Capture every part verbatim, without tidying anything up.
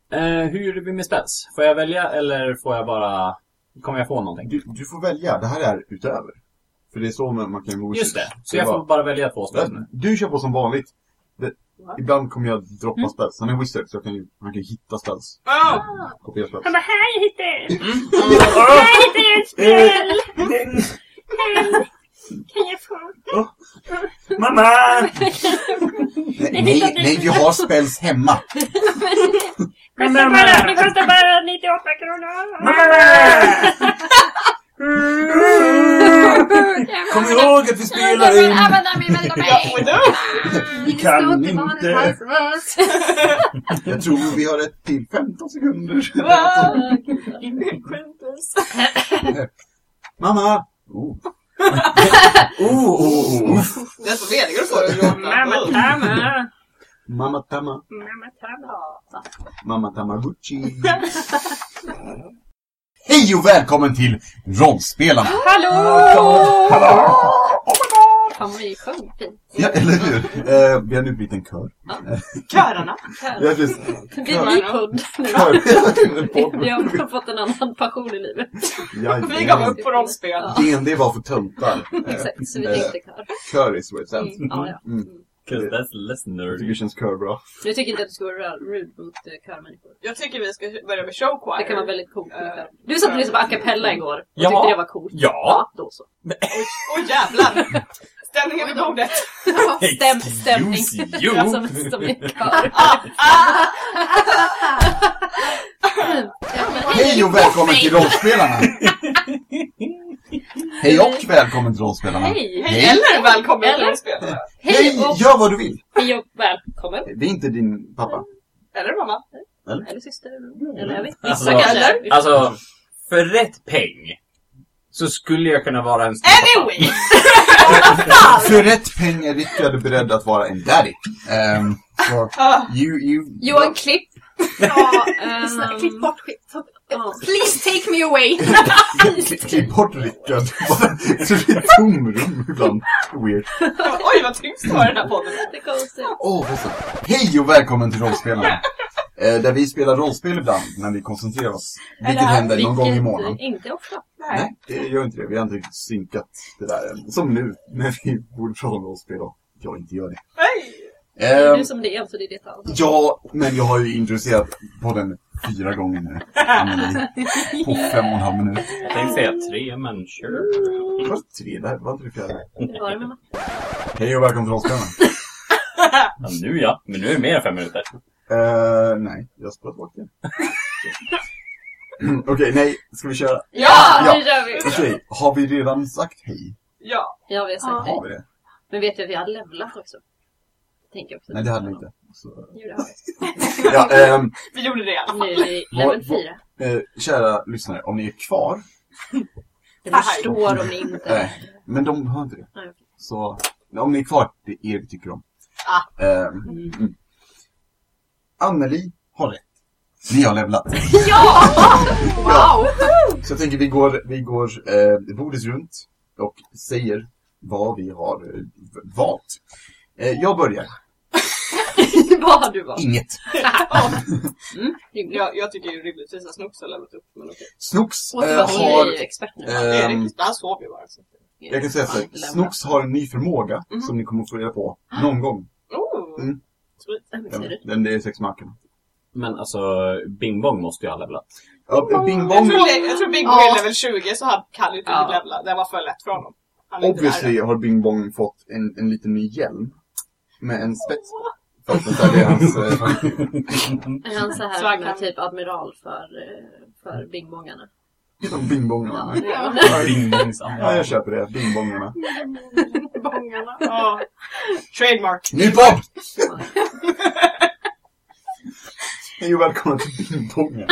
Eh, hur gjorde vi med spels? Får jag välja eller får jag bara... Kommer jag få någonting? Du, du får välja, det här är utöver. För det är så man, man kan gå. Just det, så jag får bara välja två spels nu. Du kör på som vanligt. Det, ibland kommer jag droppa mm. spels. Han är wizard så jag kan ju, han kan hitta spels. Oh. Kopiera spels. Han bara, här jag hittar en. Här hittar jag en spel. Kan jag få? Oh. Mamma! nej, nej, nej, vi har spels hemma. Kostar bara, det kostar bara nittioåtta kronor. Mamma! Kom ihåg att vi spelar in. Vi kan inte. Jag tror vi har rätt till femton sekunder. Mamma! Oh. oh, oh, oh. Det är så vediga du får. Mamma Tama. Mamma Tama. Mamma Tama. Mamma Tamaguchi. Hej och välkommen till Rollspelarna. Hallå! Hallå! Fan vad vi sjöng fint. Ja, eller hur? Eh, vi har nu blivit en kör. Körarna. Ja, precis. Det blir en ny podd nu. Kör. Vi har fått en annan passion i livet. Ja, vi gav upp på rollspel. D and D var för töntar. Exakt, så vi tänkte kör. Kör is what it sounds. Mm, ja, ja. Mm. Because that's less nerdy. Det känns kör bra. Jag tycker inte att du ska vara rude mot körmänniskor. Jag tycker vi ska börja med show choir. Det kan vara väldigt coolt. Uh, du satt precis på a cappella igår och ja. tyckte det var coolt. Ja. Ja, då så. Oj, oj jävlar. Stämningen i bordet. Stäm, stämning. som, som en kör. Hej och välkommen till Rollspelarna. Hej och välkommen till Rollspelarna. Hej. Hej eller välkommen till Rollspelarna. Hej, gör vad du vill. Hej och välkommen. Det är inte din pappa. Eller mamma. Eller, eller syster. Eller jag vet. Alltså, Vissa kanske. Alltså, för rätt peng så skulle jag kunna vara en stor anyway. För rätt peng är Rickard beredd att vara en daddy. Um, så, you, you, Johan Klipp. Ja, um, klipp bort skit. Oh. Please take me away. Klipp bort Rickard. Så det är tomrum ibland. Weird. Oj, vad tyngst var den här podden. Det är konstigt. Åh, oh, hej och välkommen till Rollspelarna. eh, där vi spelar rollspel ibland när vi koncentrerar oss. Vilket händer någon gång i månaden. Inte ofta. Nej. Nej, det gör inte det. Vi har inte riktigt synkat det där än. Som nu, när vi borde prata om rollspel och jag inte gör det. Hej! Det är Um, du som det är, så det är det tal. ja, men jag har ju introducerat podden fyra gånger nu. Anneli, på fem och en halv minut. Jag tänkte säga tre, men sure. Det var tre där, var inte det fjärde? Det var det med mig. Hej och välkommen till Rollspelarna. Ja, nu ja, men nu är det mer än fem minuter. Uh, nej, jag ska tillbaka igen. Okej, okay, nej, ska vi köra? Ja, ja. det gör vi. Okej, okay, har vi redan sagt hej? Ja. Ja, vi har sagt Har vi hej. det? Men vet du att vi har levlat också? Tänker jag också. Nej, det hade vi inte. Så... Jo, det har vi. Ja, ähm, vi gjorde det i alla Nu fall. är vi level fyra. Eh, kära lyssnare, om ni är kvar... Jag förstår om ni inte... Nej, men de hör inte det. Nej. Så om ni är kvar, det är er vi tycker om. Ah. Ähm, Mm. mm. Anneli har rätt. Ni har levlat. Ja! Wow! Så jag tänker vi går, vi går eh, bordet runt och säger vad vi har eh, valt. Eh, jag börjar. Vad har du valt? Inget. Mm. Jag, jag tycker ju rimligtvis att Snooks har lämnat upp, men okej. Snooks Och eh, hon är har... ju expert nu. Det är ehm, riktigt, han sov ju bara. Så. jag kan säga så här, Snooks har en ny förmåga Mhm. som ni kommer att få reda på någon gång. Oh, Mm. sweet. Den, den det är sex marken. Men alltså, Bing Bong måste ju ha levlat. Ja, Bing Jag Bong, tror, det, jag tror Bing Bong Ja. är level tjugo, så han kan ju inte Ja. levla. Det var för lätt för honom. Han är inte obviously nära. har Bing Bong fått en, en liten ny hjälm. Med en spets. För att det är hans... Eh, Är han så här Svag med han. typ admiral för, eh, för bingbongarna? de Bing Bongarna. Ja, det är han. Bing Bongs Ja, jag köper det. Bing Bongarna. Bongarna. Ja. Trademark. Ny podd! Hej och välkomna till Bing Bongarna.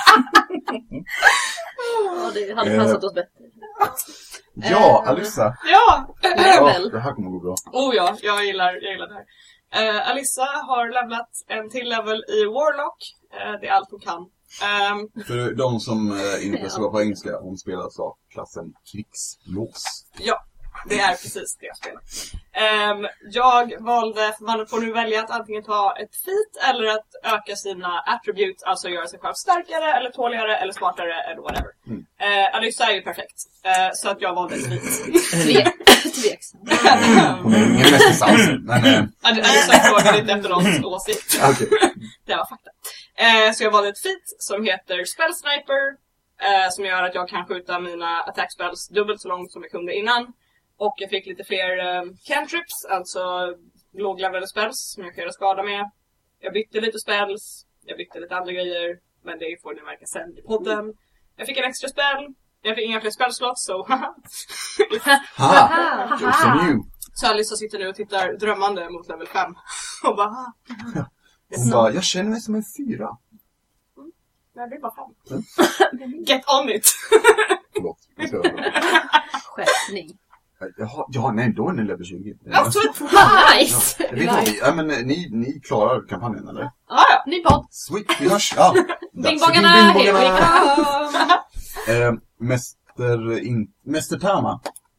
Ja, det hade passat oss bättre. Ja, Eh, Alissa. Ja! Ja, det här kommer gå bra. Oh ja, jag gillar, jag gillar det här. Uh, Alissa har levlat en till level i Warlock. Uh, det är allt hon kan. Um, För de som eh, inte ska vara på engelska, hon spelar så klassen krigslås. ja. det är precis det jag spelar. Um, jag valde, för man får nu välja att antingen ta ett feat eller att öka sina attributes, alltså göra sig själv starkare eller tåligare eller smartare eller whatever. Mm. Uh, Alyssa är ju perfekt, uh, så att jag valde ett feat. Tveksamt. Hon är ingen mästersans. Men... Äh... Alyssa frågade inte efter någons åsikt. Okay. Det var fakta. Uh, så jag valde ett feat som heter Spell Sniper, uh, som gör att jag kan skjuta mina attack spells dubbelt så långt som jag kunde innan. Och jag fick lite fler um, cantrips, alltså låglevlade spells som jag kan göra skada med. Jag bytte lite spells, jag bytte lite andra grejer, men det får ni märka sen i podden. Jag fick en extra spell, jag fick inga fler spellslots, så haha. Haha, jokes on you. Så Alyssa sitter nu och tittar drömmande mot level fem. Och bara, haha. Hon bara, jag känner mig som en fyra. Mm. Nej, det är bara fem. Mm. Get on it! Förlåt. Skärpning. Jaha, ja, nej, då är ni level tjugo. Absolut. Nice! Ja, nice. Ja, men ni, ni klarar kampanjen, eller? Ah, ja, ny podd. Sweet, vi hörs. Ja. Bingbongarna, hej eh, Mäster, in, Mäster Tama.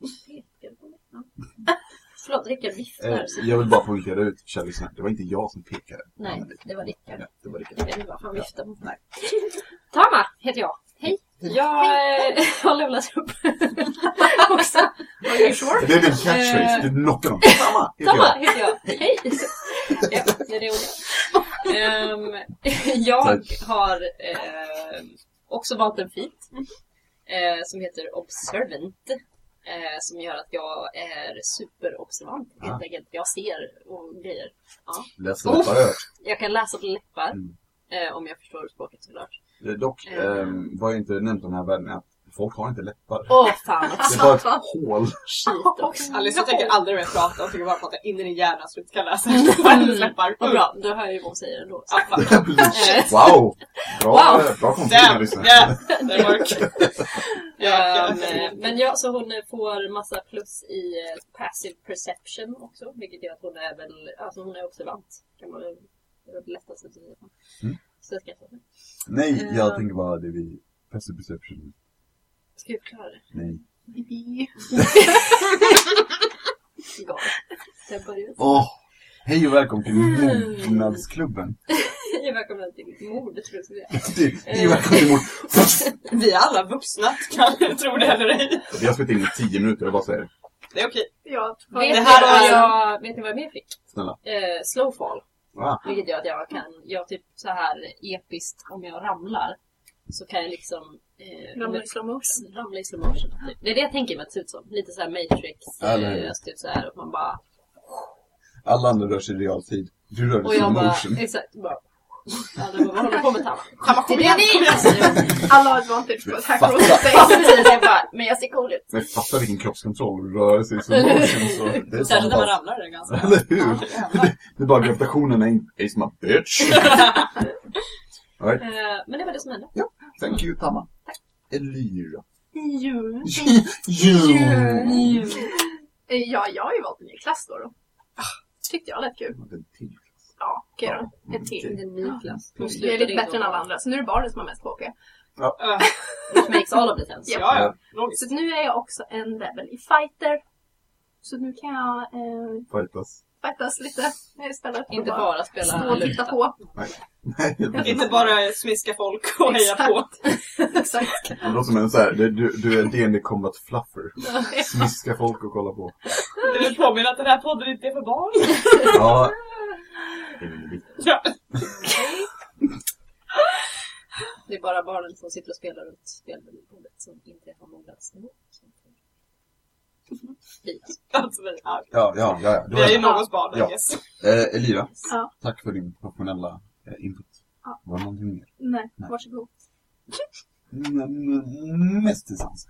Förlåt, Rickard viftar. Eh, jag vill bara poängtera ut, kärleksen. Det var inte jag som pekade. Nej, det var Rickard. Ja, det var Rickard. Jag vet inte varför han viftar mot mig. Tama heter jag. Hej. Jag eh, har levlat upp också. Are you sure? Det är din catchphrase. Du knockar dem. Tama heter Tama jag. heter jag. Hej. Ja, det är det ordet. Um, jag har eh, också valt en feat eh, som heter Observant. Eh, som gör att jag är superobservant. Ah. Helt enkelt. Jag ser och grejer. Ja. Läs läppar över. Jag kan läsa på läppar. Mm. Eh, om jag förstår språket såklart. Dock, eh, vad jag inte nämnt om den här världen är att folk har inte läppar. Åh, fan Det också. är bara ett hål. Skit också. Alice, jag tänker aldrig mer prata. Jag tänker bara prata in i din hjärna så du inte kan läsa hennes läppar. Vad bra, då hör jag ju vad hon säger ändå. Ah, fan. Wow! Bra, Wow. bra konflikt, Damn, lyssna. yeah, det work. Ja, Um, men ja, så hon får massa plus i uh, passive perception också. Vilket gör att hon är väl, alltså hon är observant. Kan man väl, det är väl lättast att säga. Mm. Så jag ska säga. Nej, jag Uh, tänker bara det vi... Passive perception. Ska jag förklara det? Nej. Galet. Jag börjar. Åh! Oh, hej och välkommen till Mognadsklubben. Jag är välkommen till mord, tror jag. Hej och välkommen till mord. Vi är alla vuxna, kan du tro det eller ej? Vi har spelat in i tio minuter, jag bara säger. Det är okej. Ja, Vet, Det ni här vad är- jag, vet ni vad jag mer fick? Snälla. Eh, slowfall. Ah. Vilket gör att jag kan, jag typ så här episkt, om jag ramlar så kan jag liksom eh, Ramla i slow motion. Ramla i slow motion typ. Det är det jag tänker mig att det ser ut som. Lite så här Matrix, Eller hur? eh, typ så här, och man bara... Alla andra rör sig i realtid. Du rör dig Och i jag slow bara, motion. exakt, bara... Alla bara, vad håller du på med Tama? Tamma, kom Det igen! är det! Alla har advantage på attack roll. Precis, jag bara, men jag ser cool ut. Men fatta vilken kroppskontroll rör sig i slow motion. Så det är Särskilt sant. när man ramlar är det ganska... Eller hur? Det, det är bara gravitationen är in- is my bitch. All right. Eh, men det var det som hände. Ja, thank you, Tama. Elira. Jo. Jo. Ja, jag har ju valt en ny klass då. då. Tyckte jag lät kul. En till. Ja, okej då. En till. En ny klass. Jag är lite bättre än alla andra, så nu är det bara det som har mest H P. Uh, Which makes all of the sense. Ja. ja, ja. Logiskt. Så nu är jag också en level i fighter. Så nu kan jag eh, Fightas. fightas lite istället för Inte att bara spela stå och titta luta. på. Nej. Nej, helt precis. Inte bara smiska folk och heja på. Exakt. Det låter som en så här, du, du är D and D Combat Fluffer. Smiska folk och kolla på. Vill du påminna att den här podden inte är för barn? Ja. Det är väl viktigt. Ja. Det är bara barnen som sitter och spelar runt spelbordet som inte är på mognadsnivå. Vi alltså. Alltså, vi, ja. Ja, ja, ja. ja. Vi är ju någons barn, Ja. I guess. Eh, Elira, Ja. tack för din professionella eh, input. Ja. Var det någonting mer? Nej, Nej. varsågod. Mästersanser.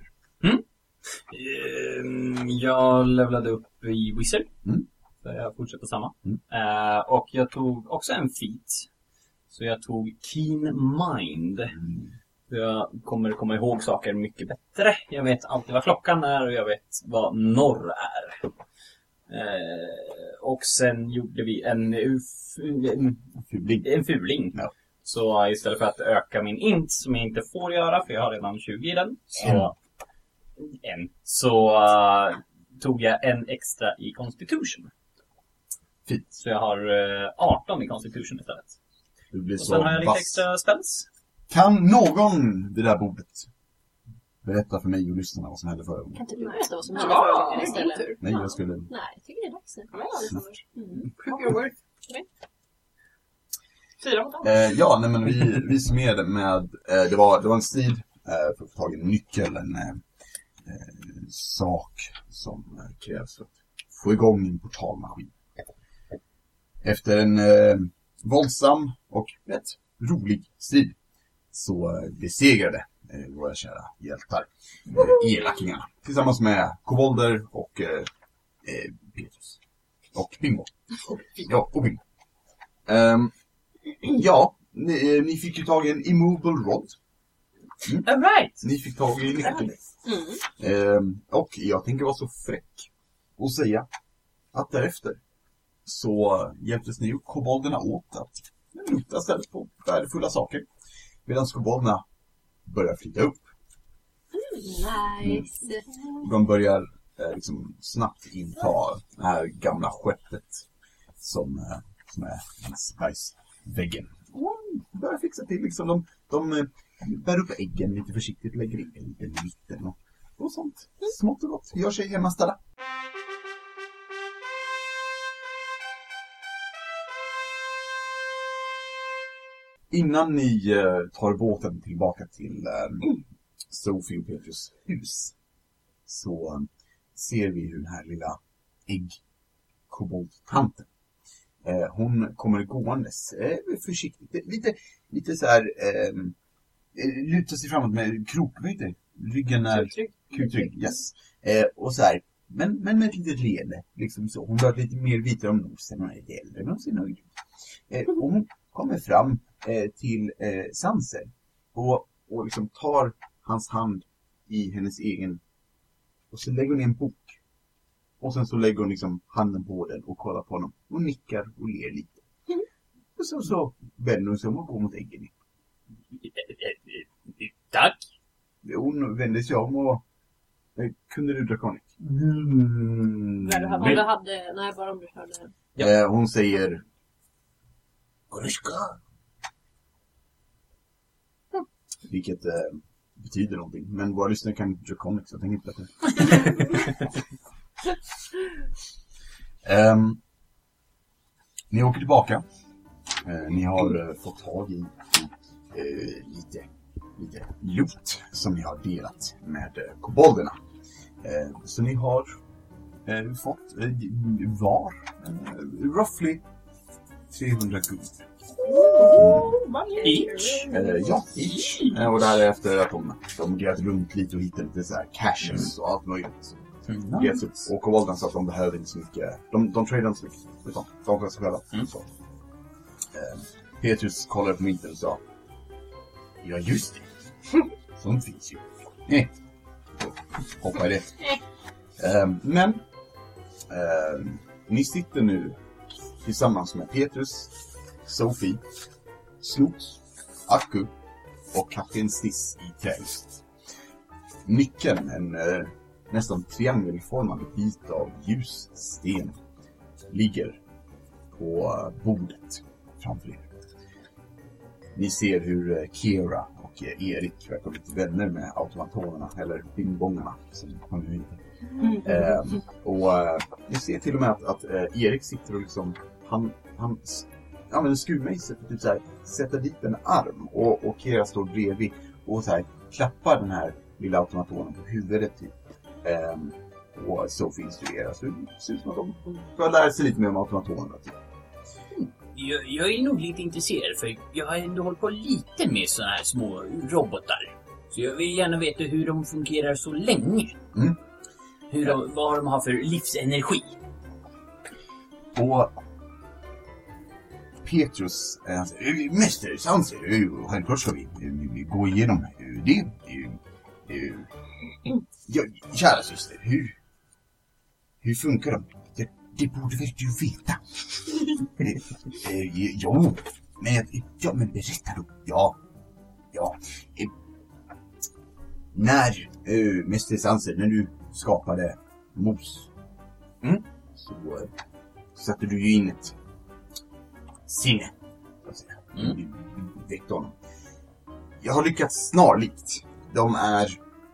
Ehm, Jag levlade upp i Wizard. Mm. Så jag fortsätter samma. Mm. Eh, och jag tog också en feat. Så jag tog Keen Mind. Mm. Jag kommer komma ihåg saker mycket bättre. Jag vet alltid vad klockan är och jag vet vad norr är. Eh, och sen gjorde vi en, en, Fuling. en fuling. Ja. Så istället för att öka min int, som jag inte får göra för jag har redan tjugo i den. Så, en. Så uh, tog jag en extra i Constitution. Fint. Så jag har eh, arton i Constitution istället. Du blir Och så sen har jag lite vass. extra spells. Kan någon vid det här bordet berätta för mig och lyssnarna vad som hände förra gången? Kan inte du berätta vad som hände Ja, förra gången det är din istället? tur. Nej, jag skulle... Nej, jag tycker det är dags nu. Kom igen, Alexander. Mm. Prove your worth. Fyra mot alla. Eh, ja, nej men vi, vi summerade med... Eh, det, var, det var en strid eh, för att få tag i en nyckel, en eh, eh, sak som eh, krävs för att få igång en portalmaskin. Efter en eh, våldsam och rätt rolig strid så eh, besegrade eh, våra kära hjältar eh, elakingarna tillsammans med kobolder och eh, eh, Petrus. Och Bingo. Ja, och Bingo. Um, ja, ni, ni fick ju tag i en immovable rod. Mm. All right. Ni fick tag i nyckeln. Mm. Um, och jag tänker vara så fräck och säga att därefter så hjälptes ni och kobolderna åt att lukta stället på värdefulla saker. Medan kobolderna börjar flytta upp. Nice. De börjar eh, liksom snabbt inta det här gamla skeppet som, eh, som är längs bergsväggen. Och börjar fixa till liksom. De, de eh, bär upp äggen lite försiktigt, lägger in en liten i mitten och, och sånt. Smått och gott. Gör sig hemmaställa. Innan ni eh, tar båten tillbaka till eh, Sofie och Petrus hus så eh, ser vi hur den här lilla äggkoboldtanten eh, hon kommer gåendes eh, försiktigt, lite, lite så här eh, lutar sig framåt med krok, vad heter det? Ryggen är kutrygg, yes. Eh, och så här, men, men med ett litet leende, liksom så. Hon har lite mer vitare om nosen, hon är lite äldre, men hon ser nöjd ut. Eh, och hon kommer fram eh, till eh, Sanser och, och liksom tar hans hand i hennes egen, och så lägger hon i en bok. Och sen så lägger hon liksom handen på den och kollar på honom och nickar och ler lite. Och så, så vänder hon sig om och går mot äggen. Tack. Hon vände sig om och eh, kunde du Draconic? Mm. När du hade, om du hade, nej bara om du hörde. Ja. Eh, hon säger Gorishka. vilket eh, betyder någonting. Men våra lyssnare kan Draconic så jag tänker inte att det... um, Ni åker tillbaka. Uh, ni har uh, fått tag i uh, lite, lite loot som ni har delat med uh, kobolderna. Uh, så ni har uh, fått uh, var uh, roughly trehundra guld. Each. Uh, ja, each. Uh, och därefter att de, de grävt runt lite och hittat lite så här caches och allt möjligt. Mm. Grävt upp och kobolden så att de behöver inte så mycket. De, de tradar inte så mycket. Utan de får sig själva. Mm. Så. Uh, Petrus kollade på mynten och sa: ja, just det. Sånt finns ju. Nej. Hoppa i det. Uh, men uh, ni sitter nu tillsammans med Petrus, Sofie, Snot, Akku och Kapten Stiss i trähuset. Nyckeln, en eh, nästan triangelformad bit av ljussten, ligger på eh, bordet framför er. Ni ser hur eh, Kira och eh, Erik verkar bli vänner med automatonerna, eller bingbongarna som man nu heter. Eh, och eh, ni ser till och med att, att eh, Erik sitter och liksom, han, han använder skruvmejsel för typ så här, sätta dit en arm och, och Kira står bredvid och så här, klappar den här lilla automatonen på huvudet typ. Eh, och Sofie instruerar, så det ser ut som att de börjar lära sig lite mer om automatonerna typ. Jag, jag är nog lite intresserad för jag har ändå hållit på lite med såna här små robotar. Så jag vill gärna veta hur de fungerar så länge. Mm. Hur de, vad de har för livsenergi. Och Petrus, eh, han säger, mästare Sanser, eh, självklart ska vi, vi, vi gå igenom eh, det. Eh, eh, ja, kära syster, hur, hur funkar de? Det, det borde väl du veta? eh, eh, jo, men, ja, men berätta då. Ja, ja. Eh, när, eh, mästare Sanser, när du skapade mos. Mm. Så äh, sätter du ju in ett sinne. Så att säga. Mm. Du, du väckte honom. Jag har lyckats snarlikt. De är...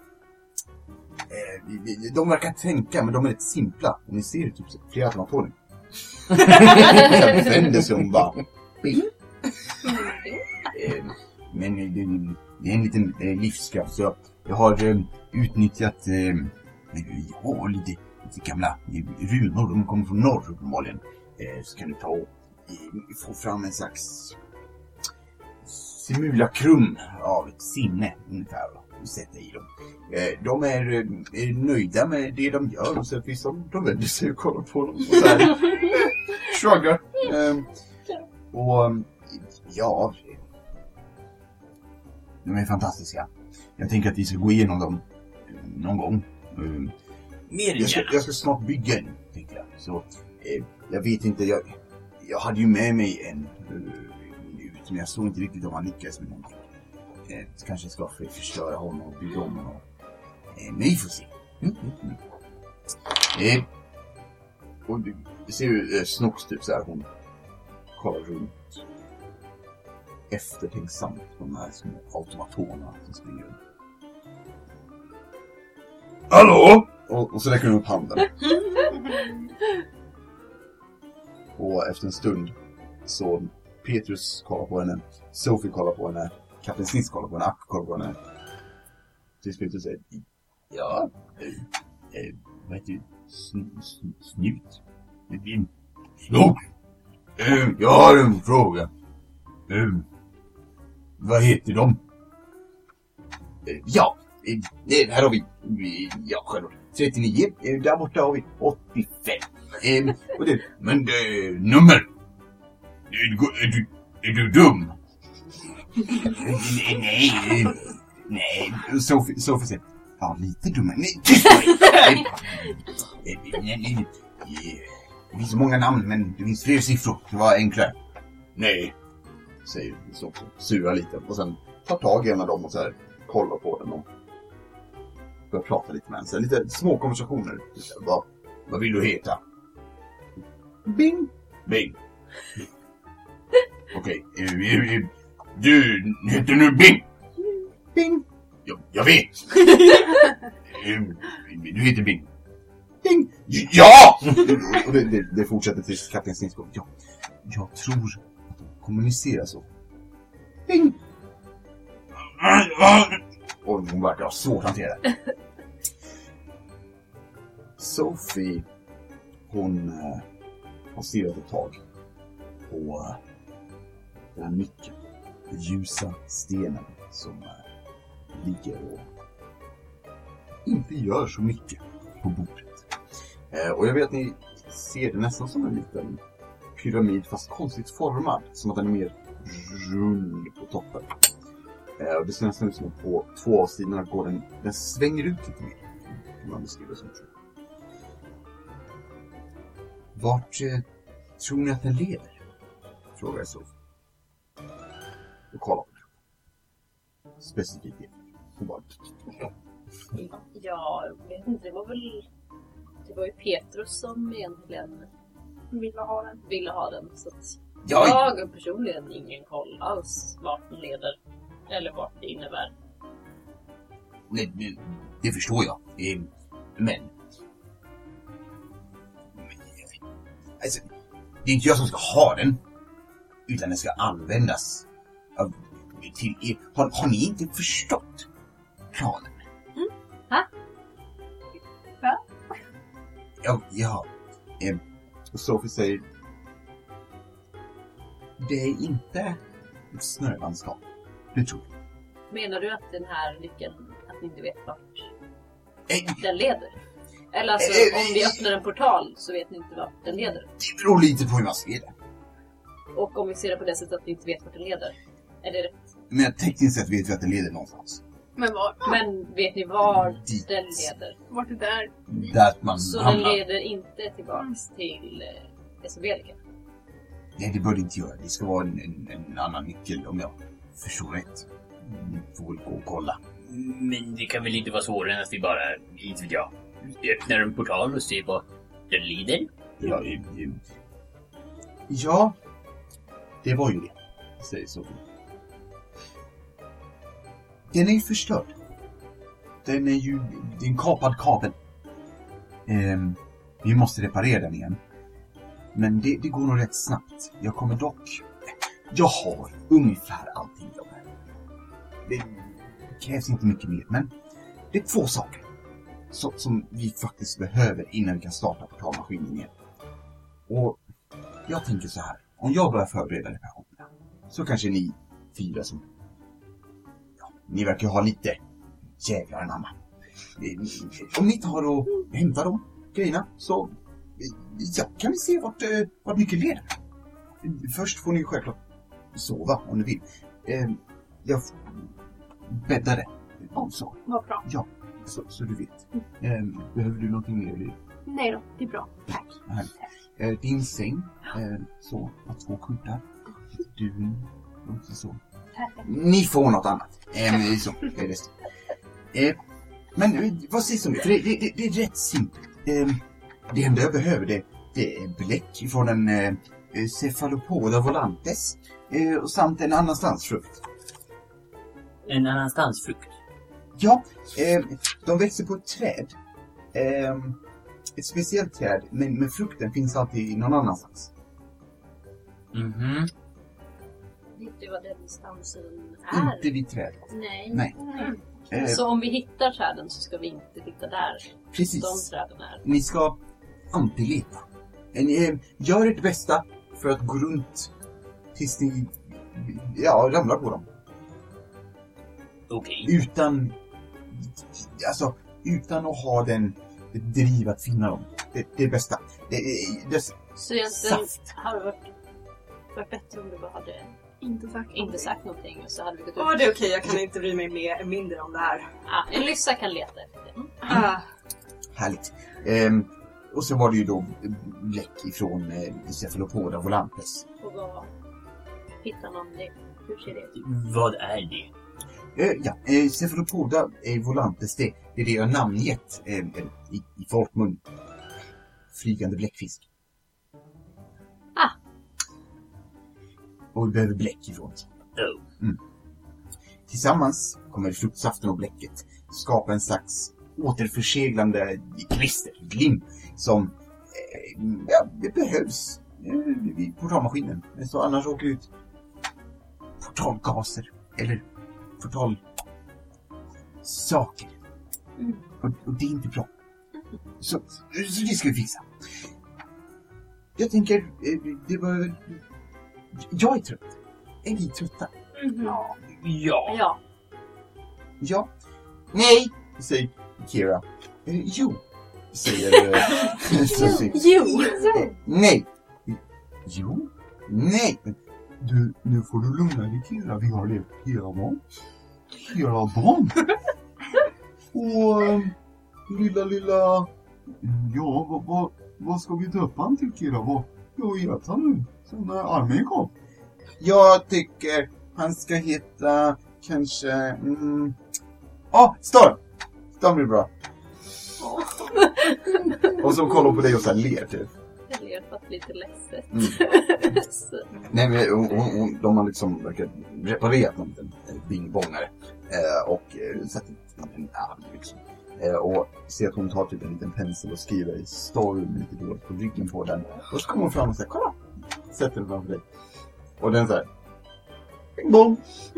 Eh, de, de verkar tänka, men de är rätt simpla. Och ni ser ju typ flera automater. Jag vänder sig om bara... Bing. Eh, men det, det är en liten eh, livskraft. Så jag, jag har eh, utnyttjat... Eh, ja, lite, lite gamla eh, runor. De kommer från norr uppenbarligen. Eh, så kan du ta och eh, få fram en slags... simulakrum av ett sinne ungefär och sätta i dem. Eh, de är, är nöjda med det de gör och så finns de, de vänder sig och kollar på dem och så här shruggar. Eh, och ja, de är fantastiska. Jag tänker att vi ska gå igenom dem någon gång. Eh, Mer jag, ska, jag ska snart bygga en, tänkte jag. Så eh, jag vet inte, jag, jag hade ju med mig en men jag såg inte riktigt om han lyckas med någonting. Eh, kanske ska för förstöra honom och bygga om honom. Eh, men vi får se. Mm, mm, mm. Eh, och du, du ser ju eh, Snox typ så här, hon kollar runt eftertänksamt på de här små automatorerna som springer runt. Hallå! Och, och så räcker hon upp handen. Och efter en stund så Petrus kollar på henne, Sophie kollar på henne, Kapten Sniss kollar på henne, Ack kollar på henne. Till slut och säger, ja, eh, eh, vad heter du? Sn- sn- snut? Din snok? Eh, jag har en fråga. Eh, vad heter de? Eh, ja, eh, här har vi, vi ja, själv. trettionio, eh, där borta har vi åttiofem. Eh, och det, men det nummer. Är du, är du dum? Nej, nej. Sophie, Sophie säger, ja, lite dum. Nej, tyst mig! Det finns så många namn, men det finns fler siffror. Det var enklare. Nej, säger Sophie, surar lite. Och sen tar tag i en av dem och så här, kollar på den och börjar prata lite med den. Så lite små konversationer. Vad, vad vill du heta? Bing! Bing! Okej, okay. uh, du heter nu Bing. Bing. Jag, jag vet. uh, du heter Bing. Bing. Ja! Och det, det, det fortsätter tills Kapten Snisko. Ja, jag tror att de kommunicerar så. Bing. Och hon verkar ha svårt att hantera det. Sophie, hon uh, har stirrat ett tag på uh, den här nyckeln, den ljusa stenen som uh, ligger och inte gör så mycket på bordet. Uh, och jag vet att ni ser det nästan som en liten pyramid fast konstigt formad, som att den är mer rund på toppen. Uh, och det ser nästan ut som att på två av sidorna går den, den svänger ut lite mer, kan man beskriva som så. Vart eh, tror ni att den leder? Frågar Sophie. Och kolla på det. Specifikt det. Hon bara... Ja, jag vet inte. Det var väl... Det var ju Petrus som egentligen Ville ha den. ville ha den. Så att Ja, jag har personligen ingen koll alls vart den leder. Eller vart det innebär. nej, det, det förstår jag. Eh, men... Alltså, det är inte jag som ska ha den. Utan den ska användas av, till er. Har, har ni inte förstått planen? Mm. Ha? Va? Ja, ja. Eh, och Sophie säger... Det är inte ett snölandskap. Det tror jag. Menar du att den här nyckeln, att ni inte vet vart Eh, den leder? Eller alltså, Eh, eh, om vi öppnar en portal så vet ni inte vart den leder. Det beror lite på hur man ser det. Och om vi ser det på det sättet att vi inte vet vart den leder. Är det rätt? Men tekniskt sett vet vi att det leder någonstans. Men var? Men vet ni var Dit. den leder? Vart är det där? Där man Så den hamnar. leder inte tillbaks till eh, Esobelika. Nej, det bör det inte göra. Det ska vara en, en, en annan nyckel om jag förstår rätt. Ni får väl gå och kolla. Men det kan väl inte vara svårare än att vi bara, inte vet jag, öppnar en portal och ser vad den lider. Ja, eh, eh, ja, det var ju det, säger Sofie. Den är ju förstörd. Den är ju, det är en kapad kabel. Eh, vi måste reparera den igen. Men det, det går nog rätt snabbt. Jag kommer dock... Jag har ungefär allting jag behöver. Det krävs inte mycket mer, men det är två saker som, som vi faktiskt behöver innan vi kan starta portalmaskinen igen. Och jag tänker så här. Om jag börjar förbereda reparationerna så kanske ni fyra som... Ja, ni verkar ha lite jävlar anamma. Om ni tar och hämtar de grejerna så... Ja, kan vi se vart, vart mycket leder. Först får ni självklart sova om ni vill. Eh, jag bäddade. Oh, så. Vad bra. Ja, så, så du vet. Eh, behöver du någonting mer, Liv? Nej då, det är bra. Tack. Eh, din säng, eh, så, har två kuddar. Du, också så. Perfekt. Ni får något annat. Eh, så, det är det. Eh, men eh, vad sägs om det? För det, det, det, det är rätt simpelt. Eh, det enda jag behöver det, det är bläck från en eh, Cephalopoda volantes eh, och samt en annanstansfrukt. En annanstansfrukt? Ja, eh, de växer på ett träd. Eh, ett speciellt träd, men, men frukten finns alltid någon annanstans. Mhm. Vet du vad den stansen är? Inte vid trädet. Nej. Nej. Mm. Eh, Så om vi hittar träden så ska vi inte titta där precis. de träden är. Ni ska antileta. Ni gör ert bästa för att gå runt tills ni ja, ramlar på dem. Okej. Utan alltså utan att ha den driv att finna dem. Det, det är bästa. Det, det, det, Så egentligen saft. hade det varit, varit bättre om du bara hade Inte sagt inte sagt någonting och så hade vi gått ut. Åh, det är okej. Jag kan inte bry mig mer, mindre om det här. Ah, en lyssa kan leta efter det. Ah. Härligt. Ehm, och så var det ju då bläck ifrån eh, Cephalopoda volantes. Och vad hittar man det? Hur ser det ut? Vad är det? Eh, ja, eh, Cephalopoda eh, volantes, det, det är det jag har namngett eh, i, i folkmun. Flygande bläckfisk. Ah. Och vi behöver bläck ifrån oss. Oh. Mm. Tillsammans kommer fruktsaften och bläcket skapa en slags återförseglande klister, glim, som eh, ja, det behövs eh, vid portalmaskinen. Så annars åker ut portalgaser eller portalsaker. Mm. Och, och det är inte bra. Så, så det ska vi fixa. Jag tänker, eh, det var... Jag är trött. Är ni trötta? Mm-hmm. Ja. Ja. Ja. Nej, säger Kira. Eh, jo, säger eh, Susie. Jo! Eh, nej. Jo, nej. Du, nu får du lugna dig, Kira. Vi har levt hela dagen. Hela dagen. Och äh, lilla, lilla... Ja, vad, vad, vad ska vi döpa han till, Kira? Vad, jag vet han nu. Sen när armén kom. Jag tycker han ska heta kanske... Mm... Ah, Storm! Storm blir bra. Och så kollar på dig och så här ler typ. Jag ler fast lite ledset. Mm. Nej, men hon, hon, hon, de har liksom verkar reparerat en liten bingbongare. Eh, och eh, satt en arm liksom. Eh, och ser att hon tar typ en liten pensel och skriver i Storm lite dåligt på ryggen på den. Och så kommer hon fram och säger, kolla! Sätter den framför dig. Och den så här. Bong!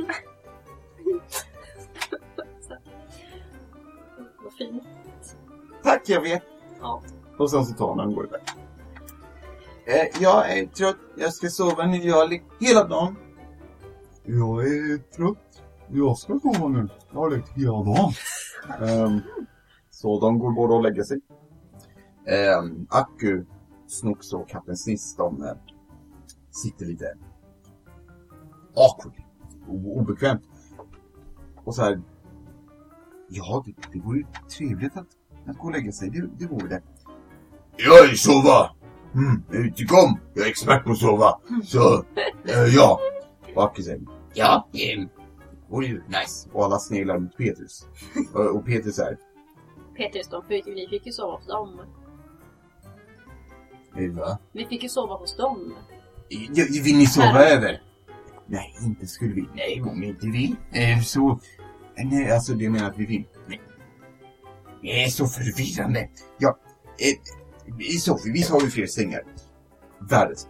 Vad fint. Tack, jag vet. Ja. Och sen så tar hon och går iväg. Eh, jag är trött. Jag ska sova nu. Jag har lekt hela dagen. Jag är trött. Jag ska sova nu. Jag har lekt hela dagen. um, så de går båda och lägger sig. Um, Akku, Snooks och Kapten Sniss, de uh, sitter lite awkward. O- obekvämt. Och så här. Ja, det, det vore ju trevligt att, att gå och lägga sig. Det, det vore det. Jag är sova! Mm, utekom! Jag är expert på att sova. Så, äh, ja. Och Aki säger, ja, det vore ju nice. Och alla sneglar mot Petrus. och, och Petrus är, Petrus, de fick, vi fick ju sova hos dem. Eh, Va? Vi fick ju sova hos dem. Ja, vill ni sova Här. över? Nej, inte skulle vi. Nej, om ni inte vill. Eh, så... Nej, alltså det menar att vi vill. Nej. Det är så förvirrande. Ja, eh, i Sofie, vi har ju fler sängar. Världens.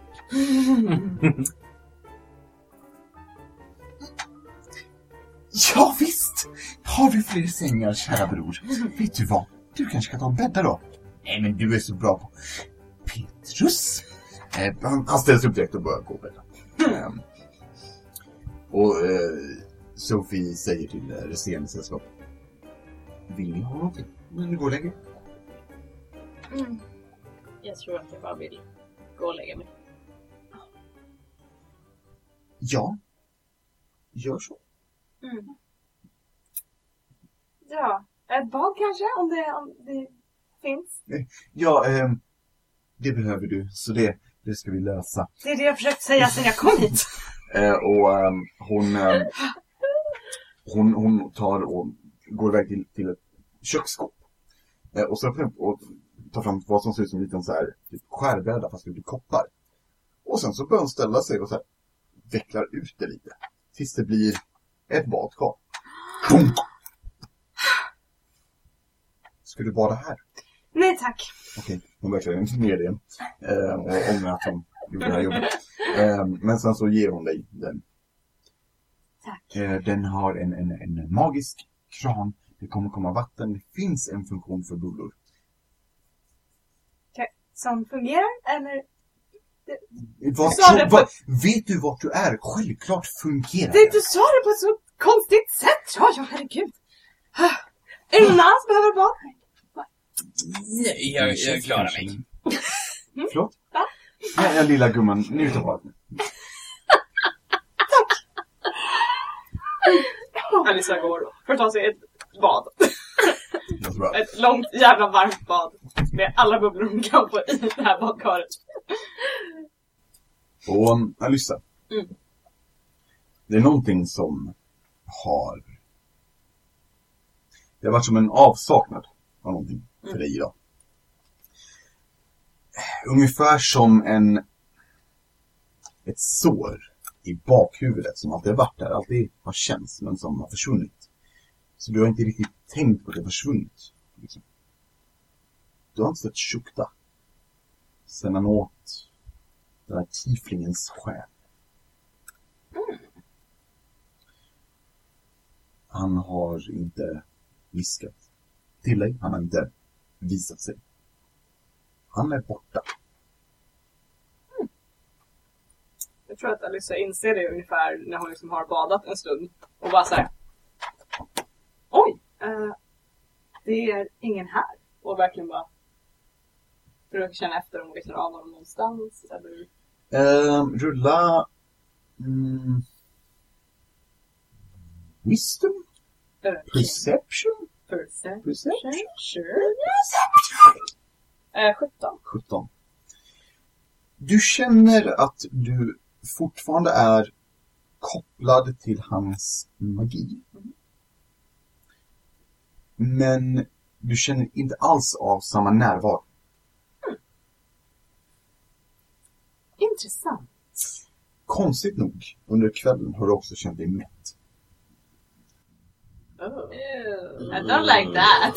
Ja, visst. Har vi fler sängar, kära bror. Vet du vad? Du kanske ska ta en bädda då. Nej, men du är så bra på... Petrus. Eh, han, han ställs upp direkt och börjar gå och bädda. Um, och eh, Sofie säger till eh, resterande sällskap. Vill ni ha någonting? Vill ni gå och lägga er? Mm. Jag tror att jag bara vill gå och lägga mig. Ja. Gör så. Mm. Ja, ett bad kanske, om det, om det finns. Ja, eh, det behöver du. Så det, det ska vi lösa. Det är det jag försökt säga sedan jag kom hit. Eh, och eh, hon, eh, hon hon tar och går iväg till, till ett köksskåp. Eh, och så öppnar upp och tar fram vad som ser ut som en liten så här typ skärbräda fast det blir koppar. Och sen så börjar hon ställa sig och så här vecklar ut det lite. Tills det blir ett badkar. Boom! Ska du bada här? Nej tack. Okej, hon verkligen inte ner det. Eh, och ångrar att hon gjorde det här jobbet. Eh, men sen så ger hon dig den. Tack. Eh, den har en, en, en magisk kran. Det kommer komma vatten. Det finns en funktion för bubblor. Okay. Som fungerar, eller? Vad, sa tro, det på- vad, vet du vart du är? Självklart fungerar Det, du sa det på ett så konstigt sätt. Ja, ja, herregud. Är det någon annan som behöver bad? Nej, jag, jag klarar mig. Mm. Förlåt? Va? Nej, ja, lilla gumman. Njut av vattnet. Alissa går för att ta sig ett bad. Det bra. Ett långt jävla varmt bad. Med alla bubblor hon kan få i det här badkaret. Och um, Alyssa. Mm. Det är någonting som har... Det har varit som en avsaknad av någonting för Mm. dig idag. Ungefär som en... Ett sår i bakhuvudet som alltid har varit där. Alltid har känts men som har försvunnit. Så du har inte riktigt tänkt på att det har försvunnit. Liksom. Du har inte sett Shukta. Sen han åt den här tieflingens själ. Mm. Han har inte viskat till dig. Han har inte visat sig. Han är borta. Jag tror att Alissa inser det ungefär när hon liksom har badat en stund. Och bara så här. Oj! Uh, det är ingen här. Och verkligen bara försöker känna efter om hon vet av honom någonstans. Eller... Ehm, rulla... Mm, wisdom? Uh, Perception? Perception? Perception? Sure. Uh, sjutton. sjutton. Du känner att du fortfarande är kopplad till hans magi. Mm. Men du känner inte alls av samma närvaro. Mm. Intressant. Konstigt nog, under kvällen har du också känt dig mätt. Oh. I don't like that.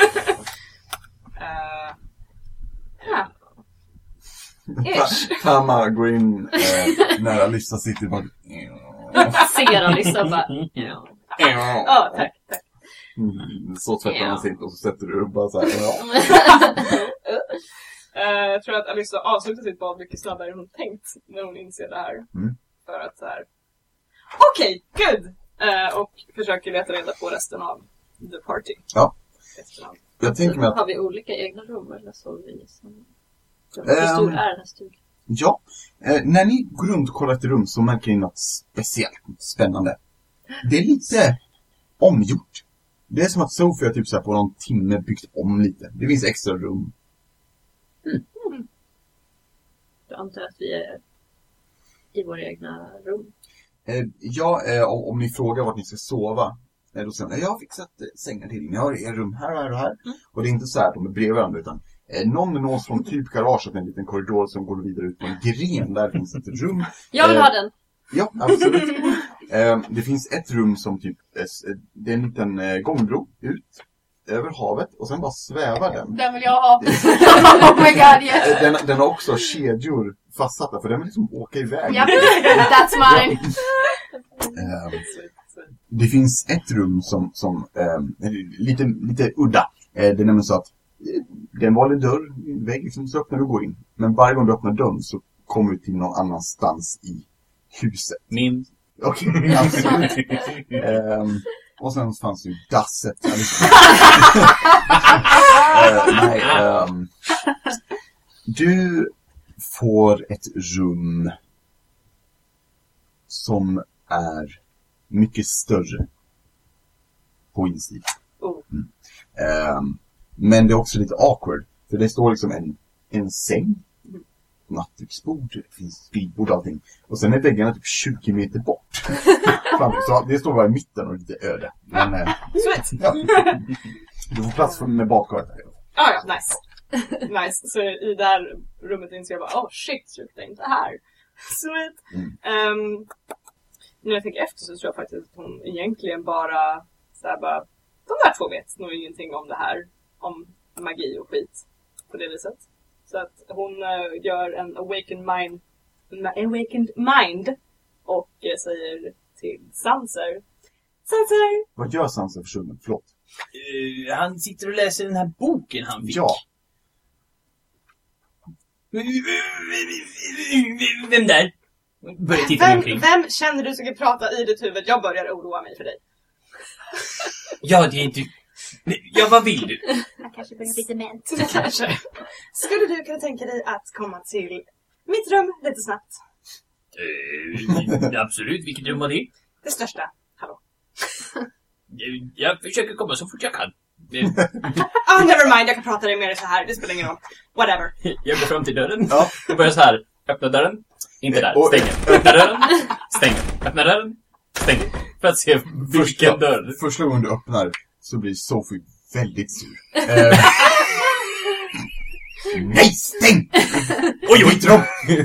uh, yeah. Ish. Tama går in eh, när Alyssa sitter bara... Ser Alyssa bara... Ja. Ja, oh, tack, tack. Mm, så tvättar Ja. man sig inte och så sätter du upp bara så här. Ja. uh, jag tror att Alyssa avslutar sitt bad mycket snabbare än hon tänkt när hon inser det här. Mm. För att så här. Okej, okay, good! Uh, och försöker leta reda på resten av the party. Ja. Resten av. Jag tänker mig att... Har vi olika egna rum eller så vi som... Hur Ehm, stor är den här stugan? Ja, eh, när ni går runt och kollar ett rum så märker ni något speciellt, något spännande. Det är lite omgjort. Det är som att Sofia typ så här på någon timme byggt om lite. Det finns extra rum. Mm. Jag antar att vi är i våra egna rum. Eh, ja, eh, om, om ni frågar vart ni ska sova eh, då säger hon, jag har fixat eh, sängar till. Ni har er rum här och här och här. Mm. Och det är inte så här att de är bredvid varandra, utan eh, någon nås från typ garaget, en liten korridor som går vidare ut på en gren. Där finns ett rum. Jag vill eh, ha den. Ja, absolut. eh, det finns ett rum som typ, eh, det är en liten eh, gångbro ut över havet och sen bara svävar den. Den vill jag ha. Oh my god, yes. Den, den har också kedjor fastsatta för den vill liksom åka iväg. Yep, that's mine. um, det finns ett rum som, som um, lite, lite udda. Uh, det är nämligen så att uh, det är en vanlig dörr, en vägg liksom, så öppnar du och går in. Men varje gång du öppnar dörren så kommer du till någon annanstans i huset. Min. Okej, okay, absolut. um, Och sen fanns ju dasset. uh, nej, um, du får ett rum som är mycket större på insidan. Mm. Um, men det är också lite awkward. För det står liksom en, en säng, nattduksbord, det finns skrivbord och allting. Och sen är väggarna typ tjugo meter bort. Så det står bara i mitten och lite öde. Men, eh, ja. Du får plats med badkaret. Ah, ja, nice. Nice. Så i det här rummet inser jag bara, oh shit, jag inte här. Sweet. Mm. Um, när jag tänker efter så tror jag faktiskt att hon egentligen bara, så här, bara de där två vet nog ingenting om det här. Om magi och skit. På det viset. Så att hon uh, gör en awakened mind, awakened mind och uh, säger till Sanser. Sanser! Vad gör Sanser för summen? Förlåt. Uh, han sitter och läser den här boken han fick. Ja. Vem där? Börjar titta vem, omkring. vem känner du ska prata i ditt huvud? Jag börjar oroa mig för dig. Ja, det är inte... Ja, vad vill du? Jag kanske börjar bli dement. Kanske. Skulle du kunna tänka dig att komma till mitt rum lite snabbt? Uh, absolut, vilket rum var det? Det största. Hallå. Jag försöker komma så fort jag kan. Ah, oh, never mind, jag kan prata dig med dig så här. Det spelar ingen roll. Whatever. Jag går fram till dörren. Ja. Och börjar så här. Öppna dörren. Inte där. Stäng. Öppna dörren. Stäng. Öppna dörren. Stäng. För att se vilken första, dörr. Första gången du öppnar så blir Sophie väldigt sur. uh, Nej, stäng! Oj, oj, tro!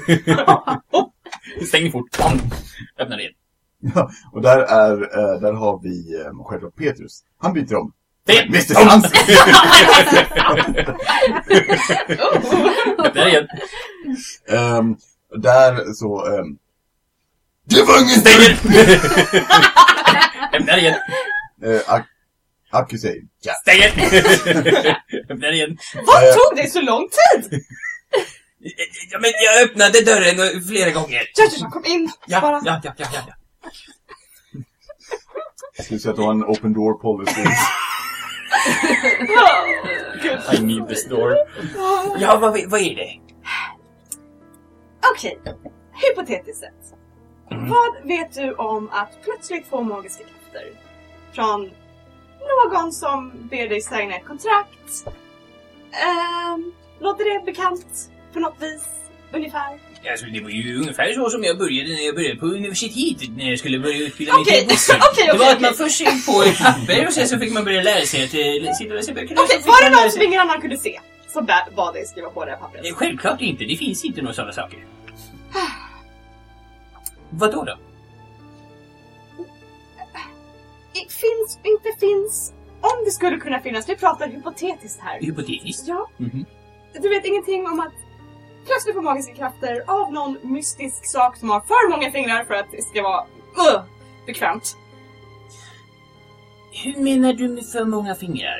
Stäng fort. Öppna det igen. Ja, och där är uh, där har vi um, själva Petrus. Han byter om. Det mister Sanser! Öppna det igen. Um, där så... Um, det var ingen stänger! Öppna det igen. Uh, ak- Akku säger ja. Stänger! Öppna det igen. Vad tog det så lång tid? Ja, men jag öppnade dörren flera gånger. Tja, kom in. Ja, bara. ja, ja, ja, ja. Jag skulle säga att du har en open door policy. I need this door. Ja, vad, vad är det? Okej, okay. Hypotetiskt sett. Mm. Vad vet du om att plötsligt få magiska krafter från någon som ber dig signa ett kontrakt? Um, låter det bekant på något vis, ungefär? Alltså, det var ju ungefär så som jag började när jag började på universitetet, när jag skulle börja utbilda mig okay. till bossen. okay, okay, det var okay. att man först gick på ett papper och sen så fick man börja lära sig att äh, sitta och läsa böcker. Okej, okay, var det någon som ingen annan kunde se som bad dig skriva på det här pappret? Eh, självklart inte, det finns inte några sådana saker. Vad då då? Det finns, inte finns. Om det skulle kunna finnas, vi pratar hypotetiskt här. Hypotetiskt? Ja. Mm-hmm. Du vet ingenting om att plötsligt få magiska krafter av någon mystisk sak som har för många fingrar för att det ska vara uh, bekvämt. Hur menar du med för många fingrar?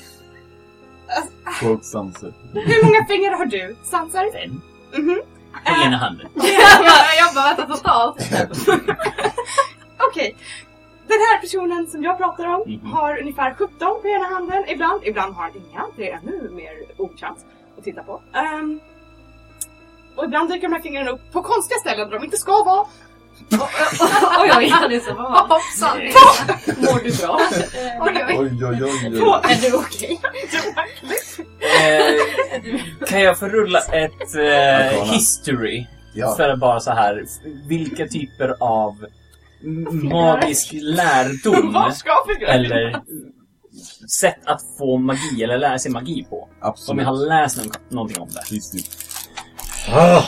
Folk Sanser. Hur många fingrar har du, Sanser? Fem. Mhm. På uh, ena handen. Jag bara äter totalt. Okej. Okay. Den här personen som jag pratar om mm-hmm. har ungefär sjutton på ena handen. Ibland, ibland har han inga. Det är ännu mer okänt att titta på. Um, och ibland dyker de här fingrarna upp på konstiga ställen där de inte ska vara. Oj, oj, han är så bra. Hoppsan. Mår du bra? Oj, oj. Oj, oj, oj. På, Är du okej? eh, kan jag få rulla ett eh, history? Ja. För bara så här, vilka typer av magisk lärdom Vad ska figurera? eller sätt att få magi eller lära sig magi på. Absolut. Om jag har läst någon, någonting om det. Just det. Ah.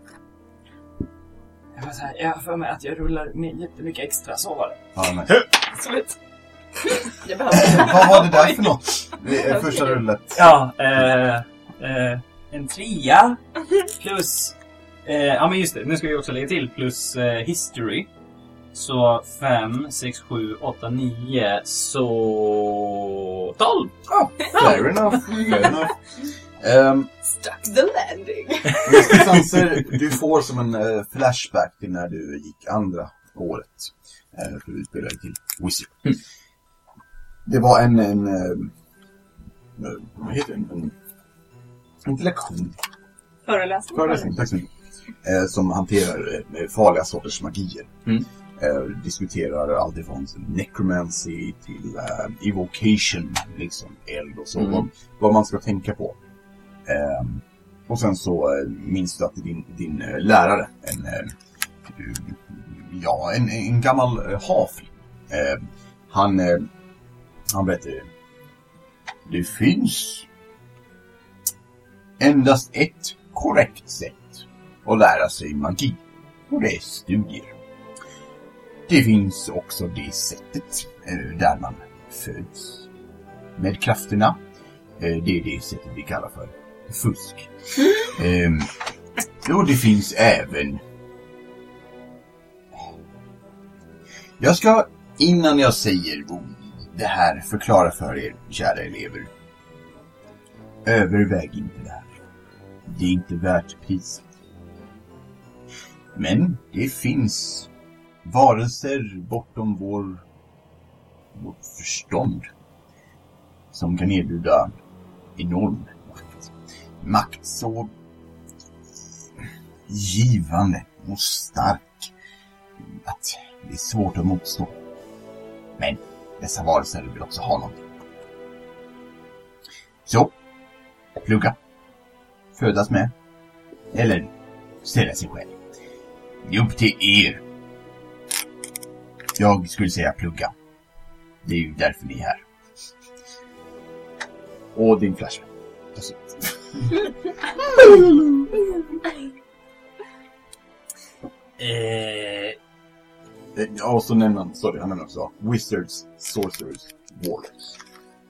Jag var så här, jag har för mig att jag rullar med jättemycket extra, så var det. Ja, nice. Slut. Det behövs. Vad var det där för något? Det är första rullet. Ja, eh, eh, en trea plus, eh, ja men just det, nu ska vi också lägga till plus eh, history. Så fem, sex, sju, åtta, nio, så tolv. Oh, fair enough. Fair enough. Um, Stuck the landing. Sanser, du får som en uh, flashback till när du gick andra året. Uh, för du utbildade dig till Wizard. Mm. Det var en, en uh, vad heter det? En, en, inte lektion. Föreläsning. Föreläsning, tack så mycket. Uh, som hanterar uh, farliga sorters magier. Mm. Uh, diskuterar allt ifrån necromancy till uh, evocation, liksom eld och så. Mm. Vad, vad man ska tänka på. Um, och sen så uh, minns du att din, din uh, lärare, en, uh, ja, en, en gammal uh, hafling. Uh, han, uh, han berättade, det finns endast ett korrekt sätt att lära sig magi, och det är studier. Det finns också det sättet uh, där man föds med krafterna. Uh, det är det sättet vi kallar för fusk. Mm. Um, och det finns även... Jag ska, innan jag säger det här, förklara för er, kära elever. Överväg inte det här. Det är inte värt priset. Men det finns varelser bortom vår, vårt förstånd som kan erbjuda enorm makt, så givande och stark att det är svårt att motstå. Men dessa varelser vill också ha någonting. Så, plugga. Födas med. Eller ställa sig själv. Det är upp till er. Jag skulle säga plugga. Det är ju därför ni är här. Och din flashback. Eh, Ja, och så nämner han, sorry, han nämner också Wizards, Sorcerers, Warlocks.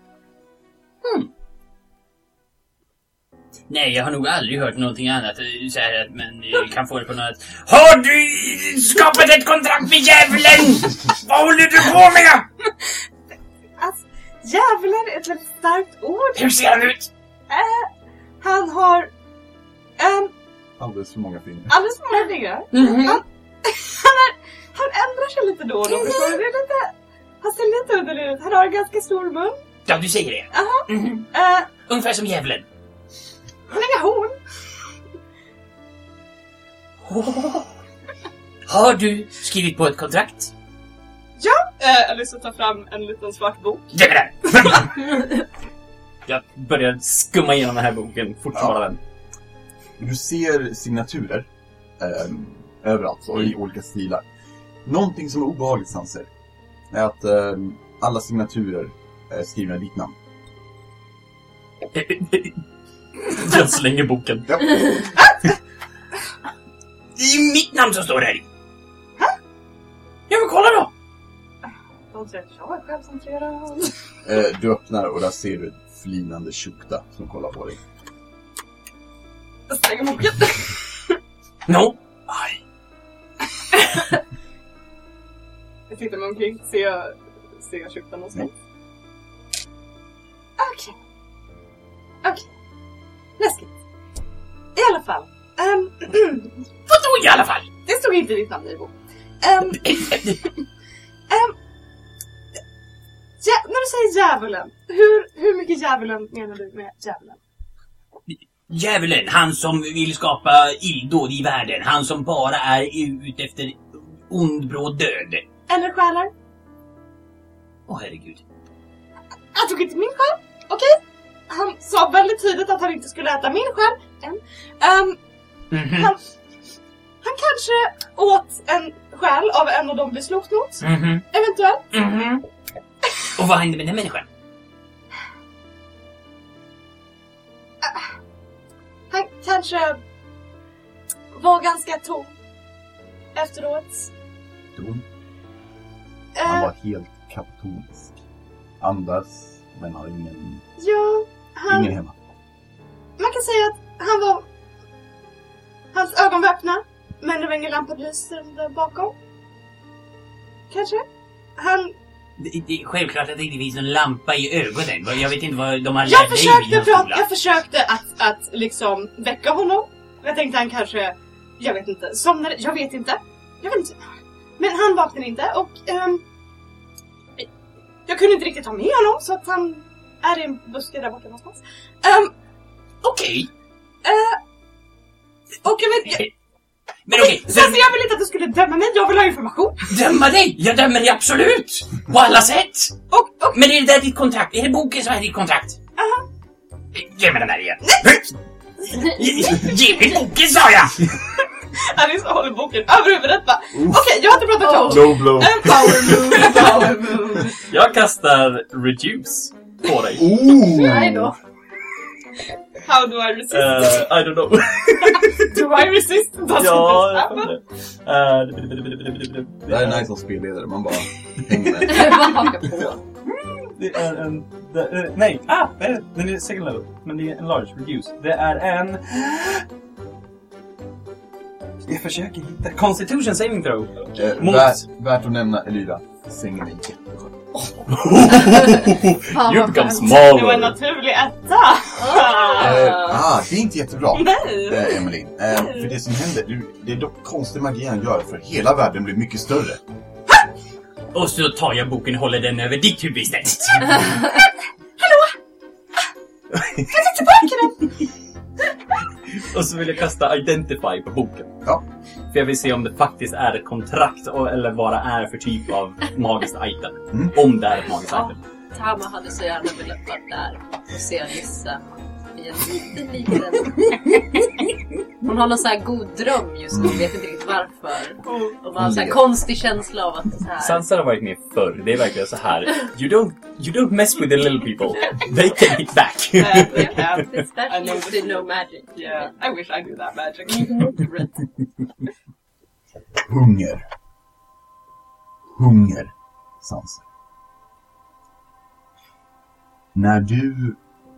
nej, jag har nog aldrig hört någonting annat. eh, Så här, att man eh, kan få det på något annat. Har du skapat ett kontrakt med djävulen? Vad håller du på med? Alltså, djävulen är ett väldigt starkt ord. Hur ser han ut? Äh, han har um, Alldeles för många fingrar. alldeles för många fingrar. Mhm. Han, han, är, han ändrar sig lite då och då. Förstår du? Det är lite, han ser lite underlig ut. Han har en ganska stor mun. Ja, du säger det. Aha. Mhm. Uh, Ungefär som djävulen. han har inga horn. Har du skrivit på ett kontrakt? Uh, Alyssa tar fram en liten svart bok. Det är det. Jag börjar skumma igenom den här boken, fortfarande Ja. den. Du ser signaturer um, överallt, så i olika stilar. Någonting som är obehagligt, Sanser, är att um, alla signaturer är skrivna i ditt namn. Jag slänger boken. Ja. Det är ju mitt namn som står där. Ja, men kolla då. De säger att jag är självcentrerad. Uh, du öppnar och där ser du ett flinande Shukta som kollar på dig. Jag slänger boken. No. Aj. Jag tittar mig omkring. Ser jag, ser jag Shukta någonstans? Okej. Okej. Läskigt. I alla fall. Um, Vadå i alla fall? det stod inte ditt namn i bok. Um, um, ja, när du säger djävulen, hur, hur mycket djävulen menar du med djävulen? Djävulen, han som vill skapa illdåd i världen. Han som bara är ute efter ond bråd död. Eller själar? Åh, herregud. Han tog inte min själ, okej? Han sa väldigt tydligt att han inte skulle äta min själ än. Um, Mhm. han, han kanske åt en själ av en av dem blir slokt mot. Mhm. Eventuellt. Mhm. Och vad hände med den människan? Han kanske var ganska tom efteråt. Tom. Han Eh, var helt katatonisk. Andas, men har ingen, ja, han... ingen hemma. Man kan säga att han var... Hans ögon var öppna, men det var ingen lampa lyste bakom. Kanske? Han... Det, det är självklart att det inte finns någon lampa i ögonen. Jag vet inte vad de har lärt Jag dig försökte, i prata, skolan. jag försökte att, att liksom väcka honom. Jag tänkte han kanske... Jag vet inte. Somnade. Jag vet inte. Jag vet inte. Men han vaknade inte och... ehm, jag kunde inte riktigt ta med honom så att han är i en buske där borta någonstans. Um, Okej. uh, och jag vet... Jag, Men okej, så alltså, jag vill inte att du skulle döma mig. Jag vill ha information. döma dig! Jag dömer dig absolut! På alla sätt! Och, och Men är det där ditt kontrakt? Är det boken som är ditt kontrakt? Aha. Ge mig den här igen. Ge, ge mig boken, sa jag! Alice håller boken över huvudet bara. Okej, okay, jag har inte pratat klart. Low blow. Um, power move, power move. Jag kastar reduce på dig. Oh! Nej då. How do I resist? Uh, I don't know. Do I resist? Does Ja, it happen? uh, Det här är nice som spelledare, man bara hänger med. Bara haka på. Det är en... Det, uh, nej, ah! Det är, den är second level. Men det är en large reduce. Det är en... Jag försöker hitta... Constitution saving throw. Eh, Mot- värt, värt att nämna Elyra. Sängen är jätteskön. Fan, You vad become skönt. Det var en smaller. naturlig etta. Eh, ah, det är inte jättebra. Nej. Eh, Emily. Eh, för det som händer, du, det är dock konstig magi han gör, för hela världen blir mycket större. Och så tar jag boken och håller den över ditt huvud istället. Och så vill jag kasta identify på boken. Ja. För jag vill se om det faktiskt är ett kontrakt och, eller vad det är för typ av magiskt item. Mm. Om det är ett magiskt Ja. item. Tama hade så gärna velat vara där och se Nissa i en liten, liten... Hon har någon så här god dröm just nu, vet inte riktigt varför. Och man har så här konstig känsla av att så här... Sansa har varit med förr. Det är verkligen så här. You don't, you don't mess with the little people. They can hit back. Uh, they can. It's that I know used to know magic. Yeah, I wish I knew that magic. Hunger. Hunger, Sansa. När du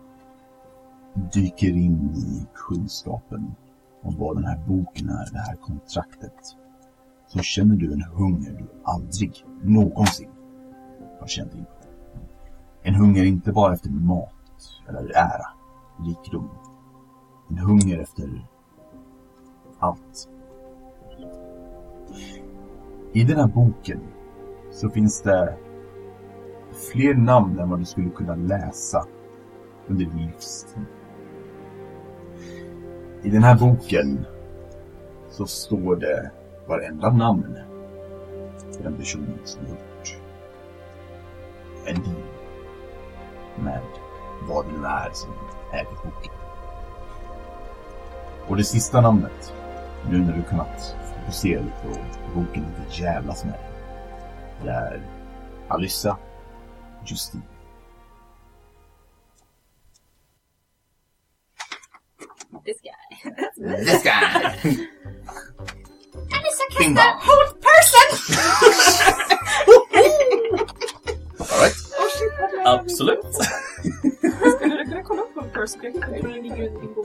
dyker in i kunskapen om vad den här boken är, det här kontraktet, så känner du en hunger du aldrig någonsin har känt in. En hunger inte bara efter mat eller ära, rikedom. En hunger efter allt. I den här boken så finns det fler namn än vad du skulle kunna läsa under din livstid. I den här boken så står det varenda namn för den personen som gjort en deal med vad det nu är som äger boken. Och det sista namnet, nu när du kunnat fokusera lite på boken inte jävlas med, det är Alyssa Justine. This guy. This guy! Alyssa Bing kastar bong. hold person! All right. Oh shit, vad blev det? Absolut. Skulle du kunna kolla upp hold person? Jag tror det ligger under din bok.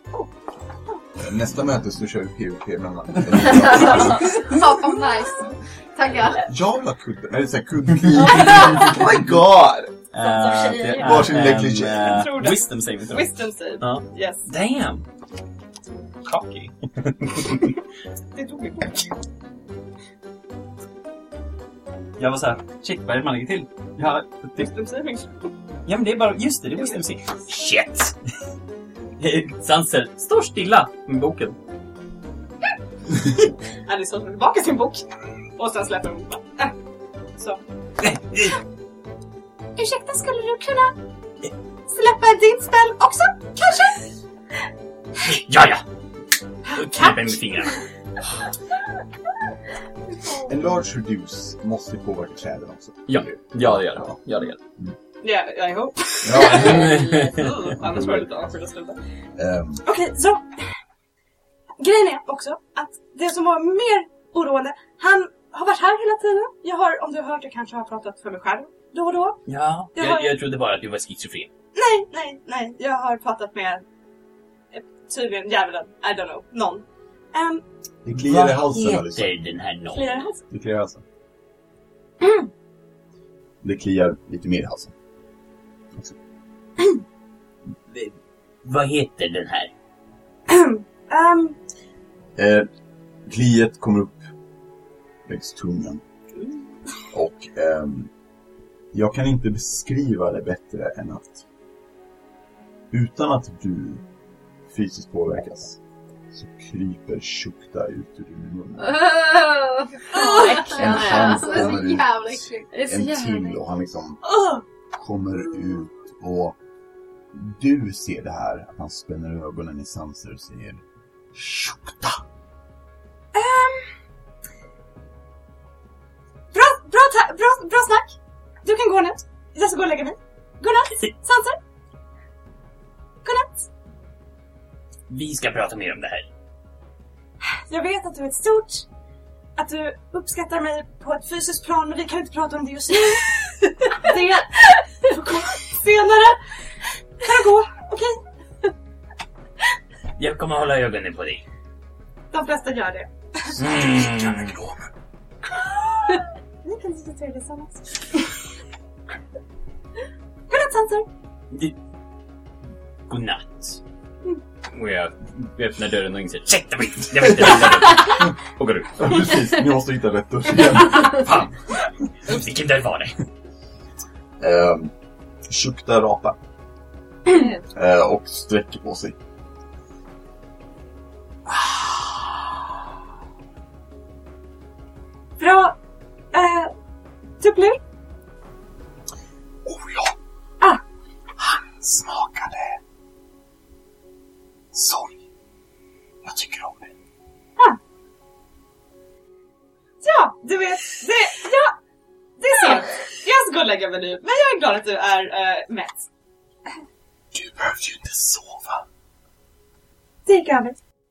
Nästa möte så kör vi PvP mellan. Ja, vad nice. Tackar. Jävla kudde. Eller såhär kudde. Oh my god! Uh, det tjejer är Varsin en, läcklig tjej. eh, Jag tror det. wisdom saving throw. Wisdom save. Ja. Yes. Damn. Cocky. Det tog min bok. Jag var såhär, shit, vad är det man lägger till? Ja, det, Wisdom savings. ja men det är bara, just det, det är wisdom saving. Shit! Sanser står stilla med boken. Alice håller tillbaka sin bok. Och sen släpper hon boken. Äh. Så. Ursäkta, skulle du kunna släppa ditt spel också? Kanske? Ja, ja. Knäpper med fingrarna. En large reduce måste påverka kläderna också. Ja, ja det gör det. Ja, det gör det. Yeah, I hope. Ja. Annars var det lite awkward att sluta. Um, Okej, okay, så. Grejen är också att det som var mer oroande, han har varit här hela tiden. Jag har, om du har hört, jag kanske har pratat för mig själv då och då. Ja, jag, har... jag trodde bara att du var schizofren. Nej, nej, nej. Jag har pratat med eh, tydligen djävulen. I don't know. Någon. Um, det kliar i halsen. Vad heter den här någon? Kliar i halsen? Det kliar i halsen. Mm. Det kliar lite mer i halsen. Mm. Vad heter den här? um, eh, kliet kommer upp längs tungan. Och ehm, jag kan inte beskriva det bättre än att utan att du fysiskt påverkas så kryper Shukta ut ur din mun. Åh, äckligt. En hand Det är så kommer ut, jävla äckligt. Det är så en jävla till äckligt. och han liksom uh, kommer ut och du ser det här att han spänner ögonen i sanser och säger Shukta. um, bra, bra, ta- bra, bra snack. Du kan gå nu. Jag ska gå och lägga mig. Godnatt, Sanser. Godnatt. Vi ska prata mer om det här. Jag vet att du är ett stort, att du uppskattar mig på ett fysiskt plan, men vi kan inte prata om det just nu. Det får komma senare. Kan jag gå? Okej? Jag kommer hålla ögonen på dig. De flesta gör det. Mm. Ni kan diskutera det tillsammans. Godnatt, Sanser. Det... Godnatt. Och jag öppnar dörren och inser, ursäkta mig, jag vet inte det. Och går ut. Ja, precis, ni måste hitta rätt dörr igen. Fan. Vilken dörr var det? Ehm, Shukta rapar. Ehm, och sträcker på sig. Bra. Eh, tupplur. Oh ja. Ah. Han smakade sorg. Jag tycker om det. Ah. Ja, du vet, det, ja, det är sent. Jag ska gå och lägga mig nu, men jag är glad att du är äh, mätt. Du behöver ju inte sova. Det gick över.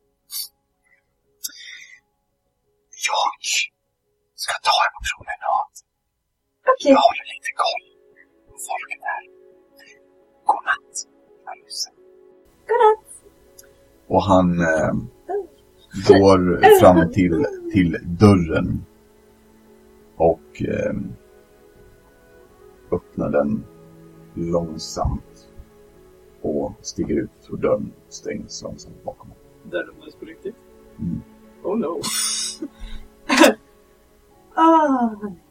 Jag ska ta en promenad. Okej. Jag har ju lite koll på folket här. Godnatt, Alyssa. Godnatt. Och han eh, går fram till, till dörren och eh, öppnar den långsamt och stiger ut och dörren stängs långsamt bakom honom. Dörren var på riktigt. Mm. Oh no. Ah.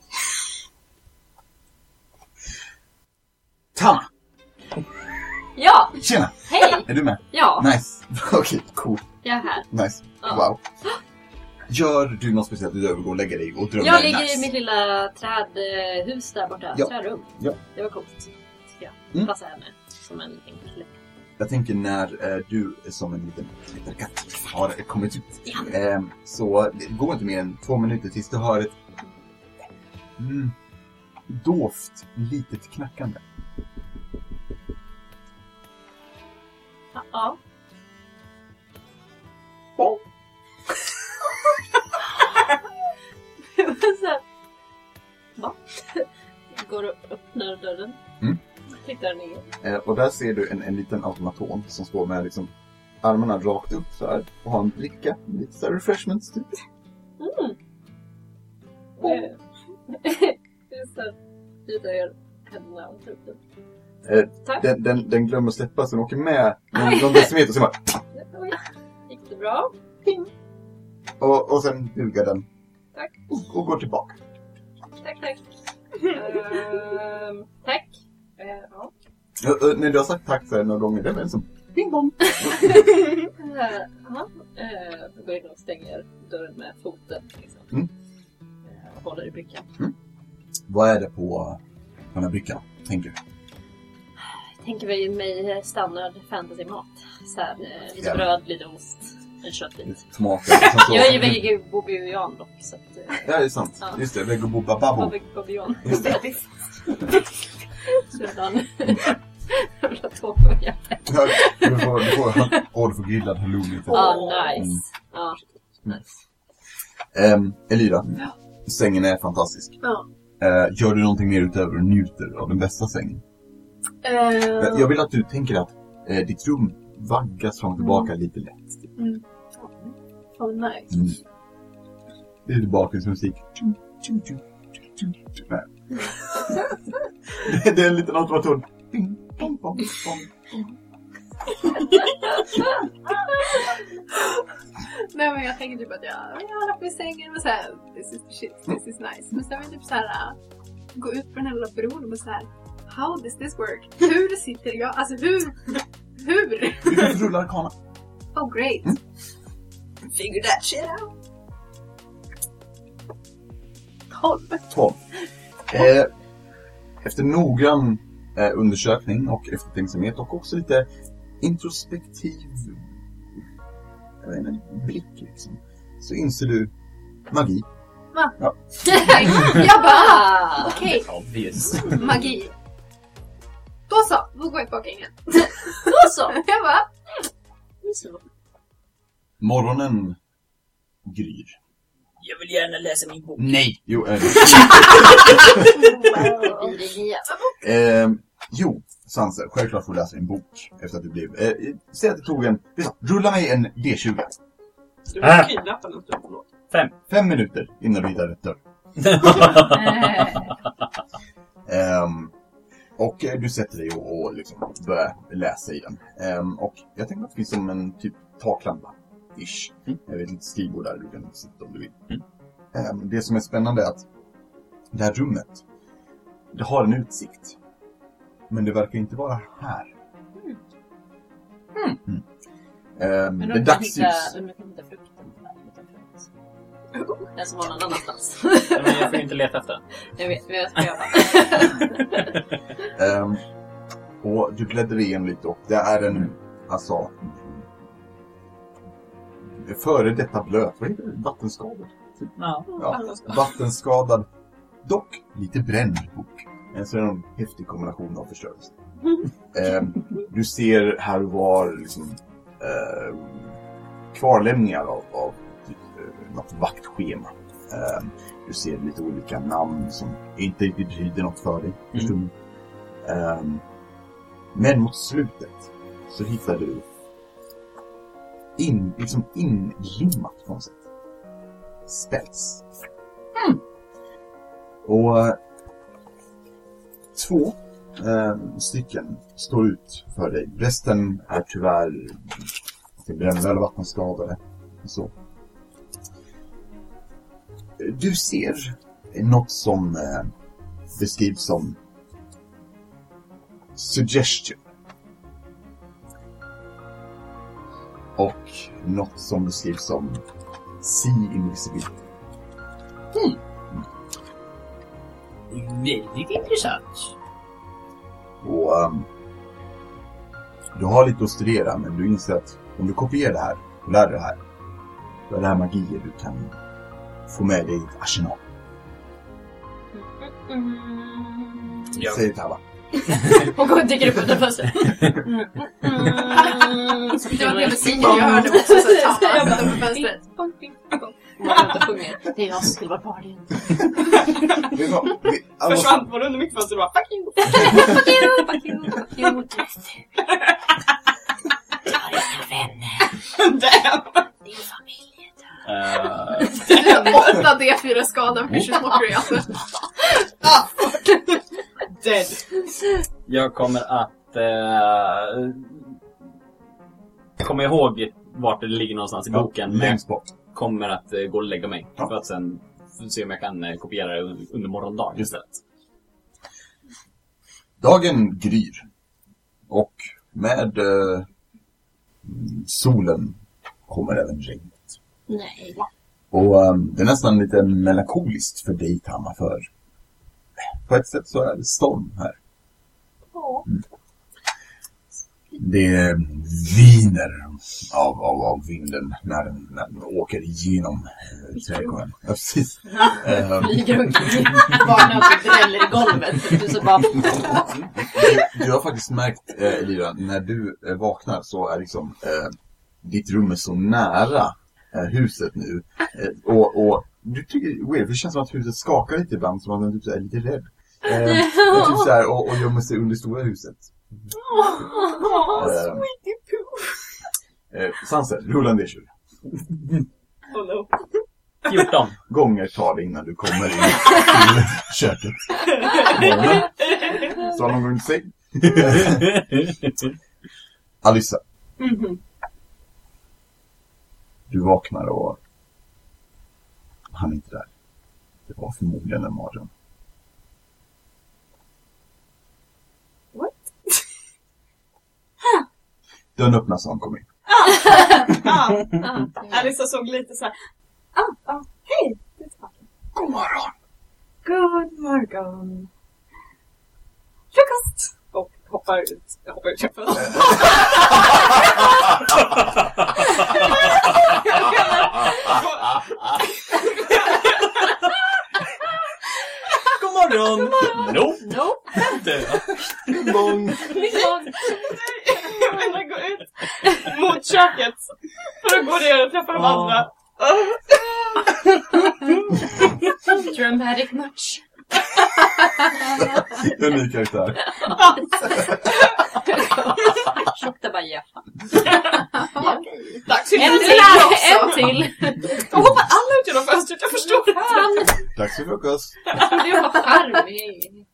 Tanna! Ja, Tjena! hej! Är du med? Ja, Nice. Okej, cool. jag är här. Nice. Ja. Wow. Gör du något speciellt? Du övergår och lägger dig och drömmer? Jag ligger nice. i mitt lilla trädhus där borta. Ja. Trädrum. Ja. Det var coolt, tycker jag. Mm. Passar henne som en liten kille. Jag tänker när eh, du som en liten katt har kommit ut. Ja. Eh, så det går inte mer än två minuter tills du hör ett mm, dovt litet knackande. Ja. Oh. Så här. Va? Går och öppnar dörren. Mm. Tittar ner. Eh, och där ser du en, en liten automaton som står med liksom armarna rakt upp så här och har en bricka med lite så här refreshments typ. Mm. Oh. Det är så här. Lite er händerna och typ. Eh, Tack. den, den, den glömmer släppa så den åker med någon, någon decimeter och så bara Oj. Gick det bra? och, och sen bugar den. Tack. Och, och går tillbaka. Tack, tack. Ehm, tack. Uh, ja. Uh, uh, när du har sagt tack så här några gånger, det är väl som ping pong. Uh, ja. Uh, jag går in och stänger dörren med foten. Liksom. Mm. Uh, och håller i brickan. Mm. Vad är det på den här brickan, tänker du? Tänker vi mig standard fantasy-mat. Så här, uh, lite Ja. bröd, lite ost. En köttbit. Tomater. Och sen så... Jag är ju vegetarian dock, så att... Ja, det är sant. Ja. Just det, vegobobababo. Vegetarian. Just det. Sådan. Jävla tårtbörja. Ja, du får, du får order för grillad halloumi. Ah, nice. Ja, nice. Um, Elira, sängen är fantastisk. Ja. Uh, gör du någonting mer utöver och njuter av den bästa sängen? Eh, Jag vill att du tänker att uh, ditt rum vaggas fram och tillbaka mm. lite lätt. Typ. Mm. Oh, nice. Mm. Det är bakgrundsmusik. Det är en liten automaton. Bing, bong, bong, bong, bong. Nej, men jag tänker typ att jag, jag har lagt mig i sängen och så här, this is shit, this is nice. Men sen vill jag typ så här uh, gå ut på den här lilla bron och så här, how does this work? Hur sitter jag? Alltså hur? Hur? Du kan få rulla arkana. Oh, great. Mm. Figure that shit out. tolv. tolv. Eh, efter noggrann eh, undersökning och eftertänksamhet och också lite introspektiv jag vet inte, blick liksom, så inser du magi. Va? Ja. Jag bara, okej, Obvious. magi. Då så, då går jag tillbaka igen. Då så. Jag bara, Morgonen gryr. Jag vill gärna läsa min bok. Nej! Jo, äh, Ja. eh, jo Sanser, självklart får du läsa en bok efter att du blev... Eh, säg att det tog en... Rulla mig en D tjugo. Du var kidnappad en stund, förlåt. Fem. Fem minuter innan du hittar rätt dörr. um, och eh, du sätter dig och, och liksom börjar läsa i den. Um, och jag tänker att det finns som en typ taklampa. Ish. Mm. Jag vet inte, skrivbord där du kan sitta om du vill. Mm. Um, det som är spännande är att det här rummet, det har en utsikt. Men det verkar inte vara här. Mm. Mm. Mm. Um, Men det är dagsljus. Undrar kan hitta frukten utanför. Den som var någon annanstans. Men jag får inte leta efter den. Jag vet, men jag ska göra. um, och du bläddrar igen lite och det är en, alltså, före detta blöt, vad heter det? Vattenskadad. Typ. Ja. Ja, vattenskadad, dock lite bränd bok. En sån häftig kombination av förstörelse. um, du ser här var liksom uh, kvarlämningar av, av typ, uh, något vaktschema. Um, du ser lite olika namn som inte riktigt betyder något för dig. Förstår Mm. du? Um, men mot slutet så hittar du in, liksom inlimmat på något sätt. Spets. Mm. Och uh, två uh, stycken står ut för dig. Resten är tyvärr brända eller vattenskadade. Så. Du ser något som uh, beskrivs som suggestion. Och något som beskrivs som see invisibility. Mm. Väldigt intressant. Och um, du har lite att studera, men du inser att om du kopierar det här och lär dig det här, då är det här magier du kan få med dig i ett arsenal. Ja. Säg det här, va? Och hon dyker upp under fönstret. det var det musiken jag hörde också så att jag var utanför fönstret. Det är jag som skulle vara barn. Vi var, vi, alla, Försvann var under mitt fönster och bara fuck you! Fuck you, fuck you, fuck you. Jag har inga vänner. Damn! Din familj. Uh, åtta D fyra skada för tjugo mockery alltså. Ah, fuck! Dead. jag kommer att... Uh, jag kommer ihåg vart det ligger någonstans i boken. Men längst bort. kommer att uh, gå och lägga mig. Ja. För att sen se om jag kan uh, kopiera det under, under morgondagen istället. Dagen gryr. Och med uh, solen kommer även regnet. Nej. Och um, det är nästan lite melankoliskt för dig, Tamma, för på ett sätt så är det storm här. Ja. Mm. Det viner av, av, av vinden när den, när den åker igenom eh, trädgården. Ja, precis. Eh, Flyger omkring. Barnen och dräller i golvet. Du så bara... du, du har faktiskt märkt, eh, Elira, när du eh, vaknar så är liksom eh, ditt rum är så nära eh, huset nu. Eh, och, och du tycker, weird, för det känns som att huset skakar lite ibland, som att den typ är lite rädd. Eh, det är typ så här, och, och gömmer sig under stora huset. Åh, Eh, sweetie poo. eh, Sanser, rulla en D tjugo. Oh no. fjorton. Gånger tar det innan du kommer in till köket. Morgonen. Så har någon gång till sig. Alyssa. Mhm. Du vaknar och han är inte där. Det var förmodligen en mardröm. What? Dörren öppnas och han kommer in. Ah, Ah, Alyssa såg lite så här. Ah, ah, hej! Du är tillbaka. God morgon. God morgon. Frukost! Och hoppar ut. Jag hoppar ut köpet. God morgon! Nope. Nope. Inte. Bong. Jag menar gå ut mot köket för att gå ner och träffa de andra. Dramatic much. En ny karaktär. Tjokta bara ja. Dags för En en till, till en till. Då hoppar alla ut genom fönstret, jag förstår inte. Fan, Dags för frukost. jag trodde jag var charmig.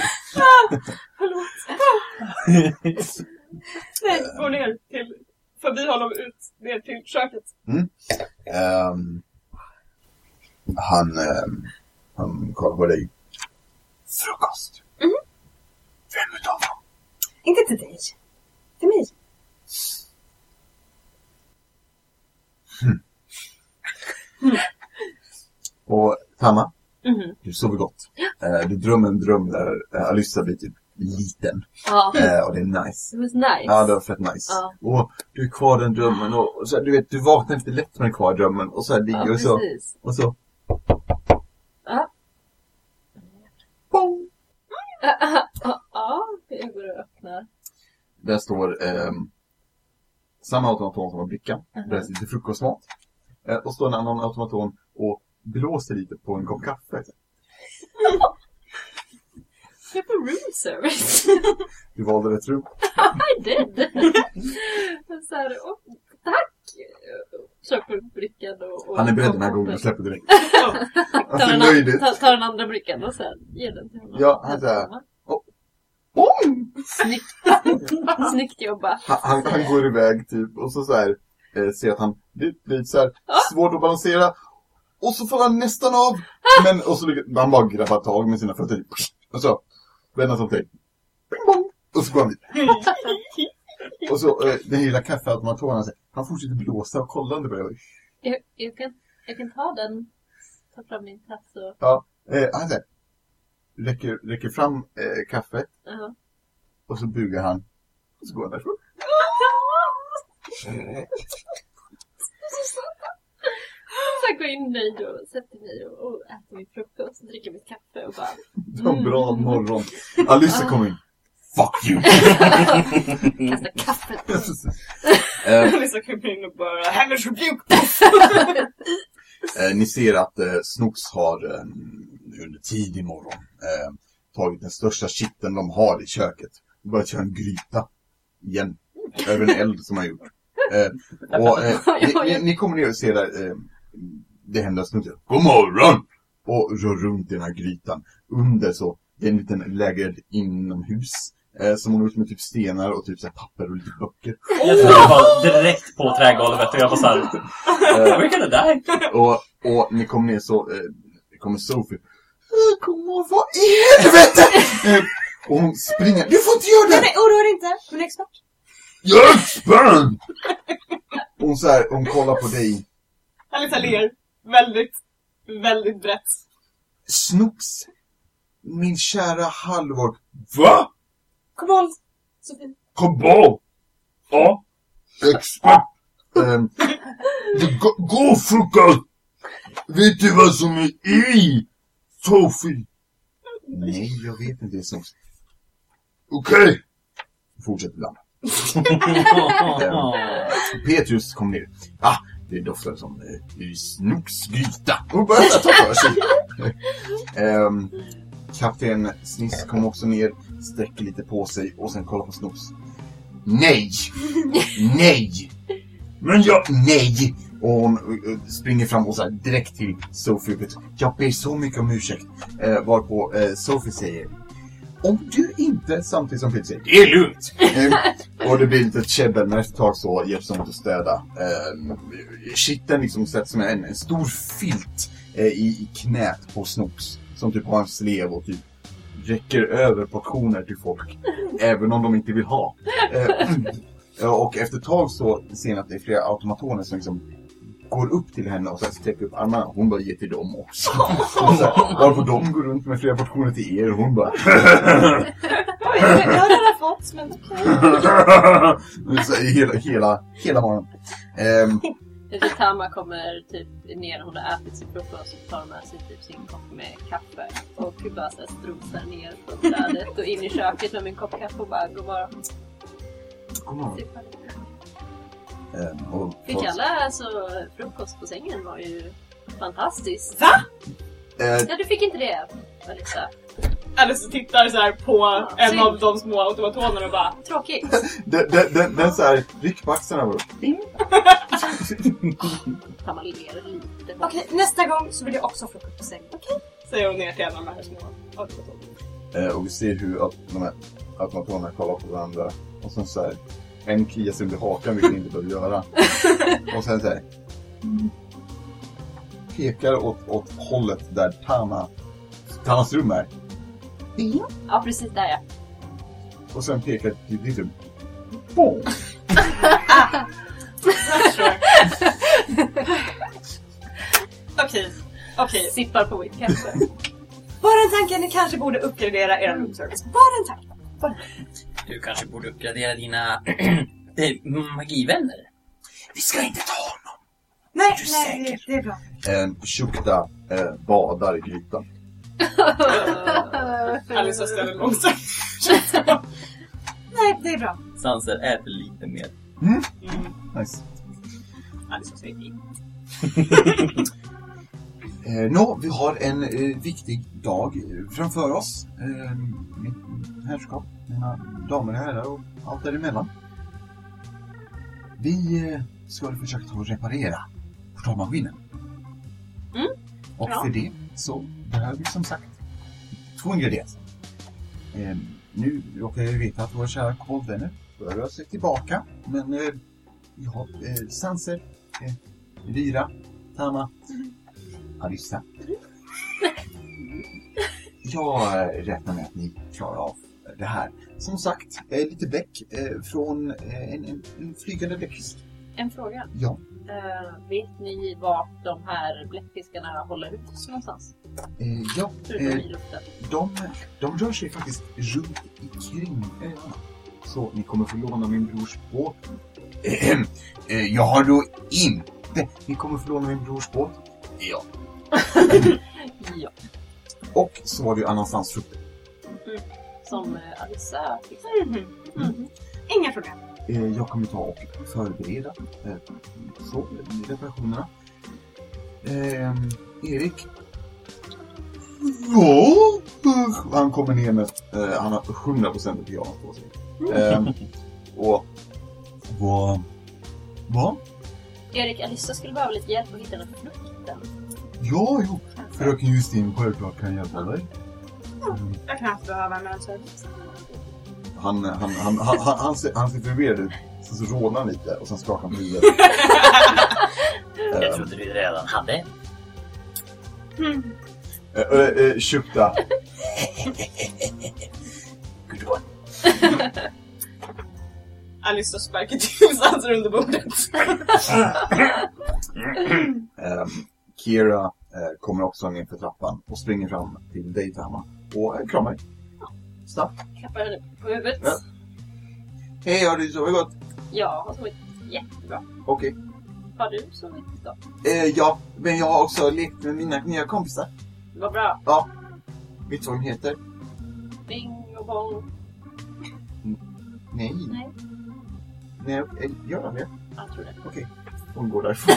Nej, gå ner till, förbi honom ut, ner till köket. Um, han, um, han kollar på dig. Frukost. Mhm. Vem utav dem? Inte till dig. Till mig. Och Tamma, Mhm. du sover gott. Uh, du drömmer en dröm där uh, Alyssa blir typ liten. Ja, Uh, och det är nice. it was nice. Ja, det var fett nice. Ja. Och du är kvar i den drömmen och, och så här, du vet, du vaknar inte lätt med den kvar i drömmen och så här ligger Ja, och så. precis. Och så. Ja. Bong! Ja, jag går och öppnar. Där står ehm, samma automaton som har brickan. Mhm. Där sitter frukostmat. Eh, och står en annan automaton och blåser lite på en kopp kaffe. Jag är på room service. Du valde rätt rum. I did. Så här, åh, tack. Köper brickan och, och... Han är beredd den här gången och släpper direkt. Han tar, ser den, nöjd ut. tar, tar den andra brickan och sen ger den till honom. Ja, han säger, Bong! Snyggt. Snyggt jobbat. Han, han, han går iväg typ och så så här eh, ser att han blir lite så här svårt att balansera. Och så får han nästan av. Men och så lyckas han bara grabbar tag med sina fötter. Och så vänder han sig till. Bing bong! Och så går han dit. Och så eh, den lilla kaffeautomaten han säger, han fortsätter blåsa och kolla under börjar. Jag, jag, kan, jag kan ta den. Ta fram min tass och... Ja, eh, han säger, räcker, räcker fram eh, kaffet. Uh-huh. Och så bugar han. Och så går han därifrån. Så jag går in nöjd och sätter mig och, och äter min frukost och dricker mitt kaffe och bara... Det var en bra morgon. Alyssa kom in. Fuck you! Kastar kaffet. eh, Alyssa kommer in och bara, Hellish rebuke! eh, ni ser att eh, Snooks har eh, under tidig morgon eh, tagit den största shitten de har i köket. Och börjat köra en gryta. Igen. Över en eld som han gjort. Eh, och eh, ni, ni, ni kommer ner och ser där eh, det händer Snooks. God morgon! Och rör runt i den här grytan. Under så, det är en liten lägereld inomhus. Eh, som hon har gjort med typ stenar och typ så här papper och lite böcker. Jag tror jag var direkt på trägolvet och jag var såhär, Eh, we're gonna die. och, och ni kommer ner så, eh, kommer Sophie. "Eh, Kom och vad i helvete! Eh, och hon springer. Du får inte göra Nej, det! nej, oroa dig inte. Hon är expert. Yes, burn! Hon så här, hon kollar på dig. Alyssa ler väldigt, väldigt brett. Snooks, min kära Halvor. Va? Kom on, Sofie. Kom på! Ja. Expert. Um, gå, gå frukost. Vet du vad som är i Sophie? Nej, jag vet inte det som. Okej. Okay. Fortsätt ibland. um, Petrus kom ner. Ah, det doftar som uh, snoksgryta. Och började ta för sig. um, Kapten Sniss kom också ner, sträcker lite på sig och sen kollar på Snops. Nej! Nej! Men jag, nej! Och hon uh, springer fram och så här, direkt till Sophie. Jag ber så mycket om ursäkt. Uh, varpå uh, Sophie säger: om du inte, samtidigt som Peter säger, det är lugnt! uh, och det blir lite ett käbbel, men efter ett tag så hjälps de att städa. Uh, Skitten liksom sätts som en, en stor filt uh, i, i knät på Snops. Som typ har en slev och typ räcker över portioner till folk. Även om de inte vill ha. Uh, och efter ett tag så ser ni att det är flera automatoner som liksom går upp till henne och så sträcker upp armarna. Hon bara ger till dem också. Varför de går runt med flera portioner till er och hon bara... Oj, jag har redan fått, men okej. Så hela, hela, hela morgonen. Um, Tama kommer typ ner, hon har ätit sin frukost och tar med sig typ sin kopp med kaffe. Och bara så här strosar ner på trädet och in i köket med min kopp kaffe och bara går bara... God morgon. Um, och Fick alla alltså frukost på sängen var ju fantastiskt. Va? Uh, ja, du fick inte det, Alexa. Alice tittar så här på ja, en synd. av de små automatonerna och bara... Tråkigt. Den, den, den, den så här ryck på axlarna var Kan man ler lite. Okej, nästa gång så vill jag också få frukost på sängen. Okej? Säger hon ner till en av de här små automatonerna. uh, och vi ser hur att de här automatonerna kollar på varandra. Och sen så här, en kliar sig under hakan, vilket inte behöver göra. Och sen så här, pekar åt, åt hållet där Tama, Tamas rum är. Ja, precis där ja. Och sen pekar till ditt rum. Boom! Okej, okej. Sippar på mitt kaffe. Bara en tanke, ni kanske borde uppgradera er roomservice. Bara en tanke. Bara. Du kanske borde uppgradera dina äh, magivänner. Vi ska inte ta honom. Nej, Är du nej, det, säker? det är bra. En Shukta eh, badar i grytan. Alice ställer långsamt. Nej, det är bra. Sanser äter lite mer. Mm. Mm. Nice. Alice säger det. Eh, Nå, vi har en eh, viktig dag framför oss. Eh, mitt herrskap, mina damer och herrar och allt däremellan. Vi eh, ska försöka ta och reparera portalmaskinen. Mm. Och Ja. för det så behöver vi som sagt två ingredienser. Eh, nu råkar jag veta att våra kära kollvänner rör sig tillbaka. Men eh, vi har eh, Sanser, eh, Lyra, Tama, Alissa. Jag räknar med att ni klarar av det här. Som sagt, eh, lite bläck eh, från eh, en, en, en flygande bläckfisk. En fråga. Ja. Uh, vet ni vart de här bläckfiskarna håller ut någonstans? Eh, ja, Förutom eh, i luften. de, de rör sig faktiskt runt omkring öarna. Så ni kommer få låna min brors båt. Eh, eh, jag har då inte. Ni kommer få låna min brors båt. Ja. Ja. Och så var det ju annanstans frukter. Mm. Som uh, Alissa fixar. Mm-hmm. Mm. Inga problem. Eh, jag kommer ta och förbereda eh, så, reparationerna. Eh, Erik. Ja. Han kommer ner med, eh, han har hundra procent pyjamas på sig. Eh, och vad? Vad? Erik, Alissa skulle behöva lite hjälp att hitta den här frukten. Ja, jo. Fröken Justin självklart kan hjälpa dig. Mm. Jag kan inte behöva en service. Han, han, han, han, han, han, han ser, han ser förvirrad ut. Sen så rånar han lite och sen skakar han på huvudet. Jag trodde du redan hade. Mm. Eh, eh, eh, Shukta. Alice sparkar till Sanser under bordet. eh, Kira eh, kommer också ner för trappan och springer fram till dig, Tama. Och eh, kramar dig. Snabbt. Klappar henne på huvudet. Ja. Hej, har du sovit gott? Jag har sovit jättebra. Okej. Har du sovit då? Eh, ja, men jag har också lekt med mina nya kompisar. Vad bra. Ja. Vet du vad de heter? Bing och bong. Nej. Nej. Nej, eh, gör de det? Jag tror det. Okej. Hon går därifrån.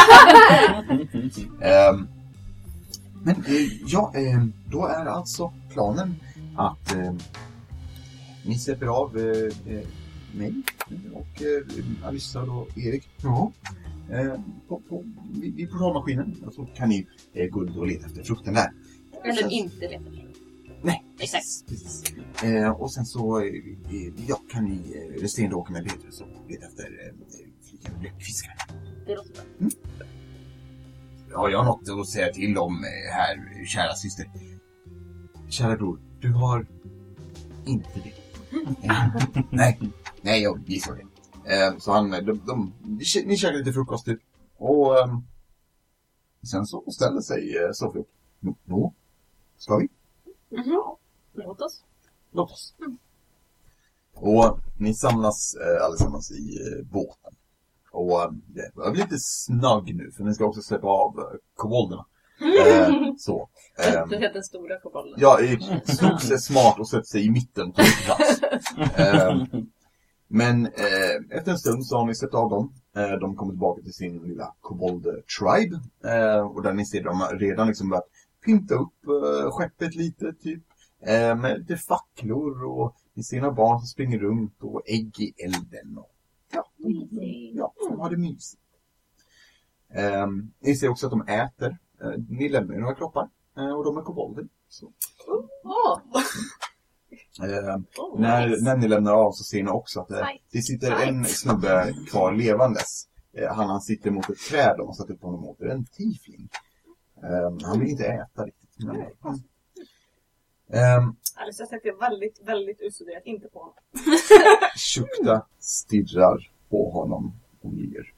um, men eh, ja, eh, då är alltså planen att eh, ni släpper av eh, eh, mig och eh, Alissa och Erik. Ja. Eh, på, på, vid, vid portalmaskinen. Och så kan ni eh, gå och leta efter frukten där. Eller sen, inte leta efter. Nej, exakt. Precis. Eh, och sen så eh, ja, kan ni eh, resterande åka med Petrus och leta efter eh, bläckfiskar. Det låter bra. Mm. Ja, jag har något att säga till om här, kära syster. Kära bror, du har inte det. nej, nej, jag gissar det. Eh, så han, de, de, ni käkar lite frukost typ. Och eh, sen så ställer sig eh, Sofie upp. Nå, nå, ska vi? Mm-hmm. Låt oss. Låt oss. Mm. Och ni samlas eh, allesammans i eh, båten. Och eh, jag blir lite snagg nu, för ni ska också släppa av eh, kobolderna. Eh, så. Eh, du heter den stora kobolden. Ja, slog sig smart och sätter sig i mitten på plats. Eh, men eh, efter en stund så har ni släppt av dem. Eh, de kommer tillbaka till sin lilla kobold-tribe. Eh, och där ni ser de har redan liksom börjat pynta upp uh, skeppet lite typ uh, med lite facklor och ni ser några barn som springer runt och ägg i elden och ja, de, ja, de har det mysigt. Um, ni ser också att de äter. Uh, ni lämnar ju några kroppar uh, och de är kobolder. Så. Oh. Uh, oh, när, nice. när ni lämnar av så ser ni också att uh, nice. det sitter nice. en snubbe kvar levandes. Uh, han, han sitter mot ett träd och har satt upp honom mot en tiefling. Um, han vill inte äta riktigt. Men, mm. um, Alice, jag tänkte väldigt, väldigt utstuderat inte på honom. Shukta stirrar på honom och ler.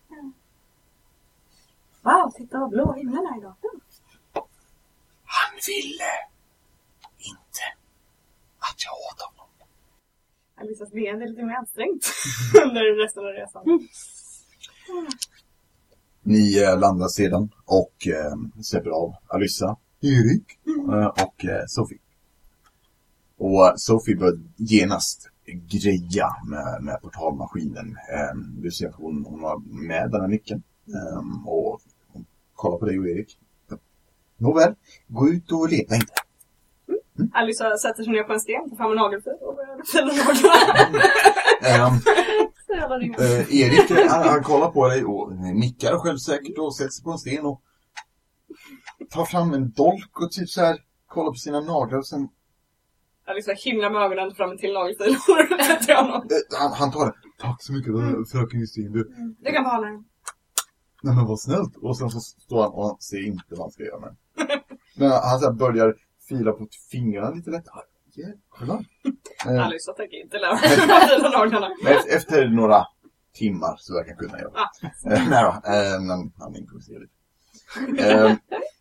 Wow, titta vad blå himlen är idag. Han ville inte att jag åt honom. Alisas leende är lite mer ansträngt under resten av resan. Mm. Ni eh, landar sedan och eh, släpper av Alissa, Erik eh, och eh, Sofie. Och eh, Sofie börjar genast greja med, med portalmaskinen. Eh, du ser att hon, hon har med den här nyckeln. Eh, och hon kollar på dig och Erik. Nåväl, gå ut och leta inte. Mm. Alissa sätter sig ner på en sten, tar fram en nagelfil och börjar fila naglarna. um, uh, Erik, han, han kollar på dig och nickar självsäkert och sätter sig på en sten och tar fram en dolk och typ så här kollar på sina naglar och sen... Alissa himlar med ögonen, tar fram en till nagelfil och sätter honom. Uh, han, han tar den. Tack så mycket, mm. fröken Justin. Du... Mm. Du kan behålla den. Nej men vad snällt. Och sen så står han och han ser inte vad han ska göra med. Men han så här börjar fila på fingrarna lite lätt. Jävlar. Eh. Alissa tänker inte lära mig fila naglarna. Men efter några timmar så verkar jag kunna göra det. Ah. Eh, nej då, eh, men han improviserar lite. Eh,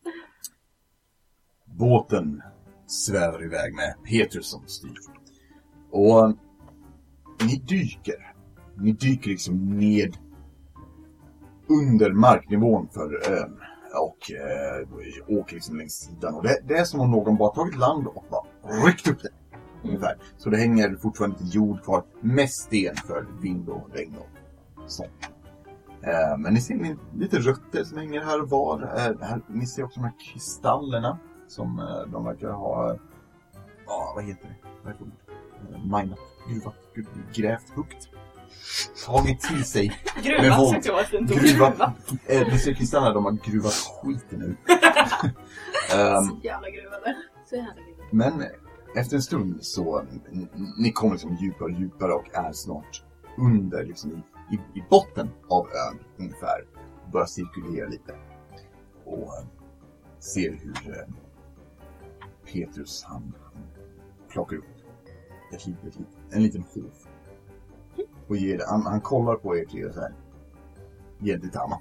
båten svävar iväg med Petrus som styr. Och ni dyker. Ni dyker liksom ned under marknivån för ön. Och eh, åker liksom längs sidan. Och det, det är som om någon bara tagit land och bara ryckt upp det. Ungefär. Så det hänger fortfarande lite jord kvar. Med sten för vind och regn och sånt. Eh, men ni ser ni, lite rötter som hänger här och var. Eh, här, ni ser också de här kristallerna. Som eh, de verkar ha... Ja, vad heter det? Vad heter det? Eh, minat, gruvat, grävt, hukt. Tagit till sig med våld. Gruvat. Eh, ni ser kristallerna, de har gruvat skiten ut. um, så jävla gruvade. Så jävla gruvade. Men efter en stund så n- ni kommer liksom djupare och djupare och är snart under liksom i, i, i botten av ön ungefär. Börjar cirkulera lite. Och uh, ser hur uh, Petrus han, han plockar upp ett litet, ett litet, en liten hov. Och ger, han, han kollar på er tre så här. Ger det till Anna.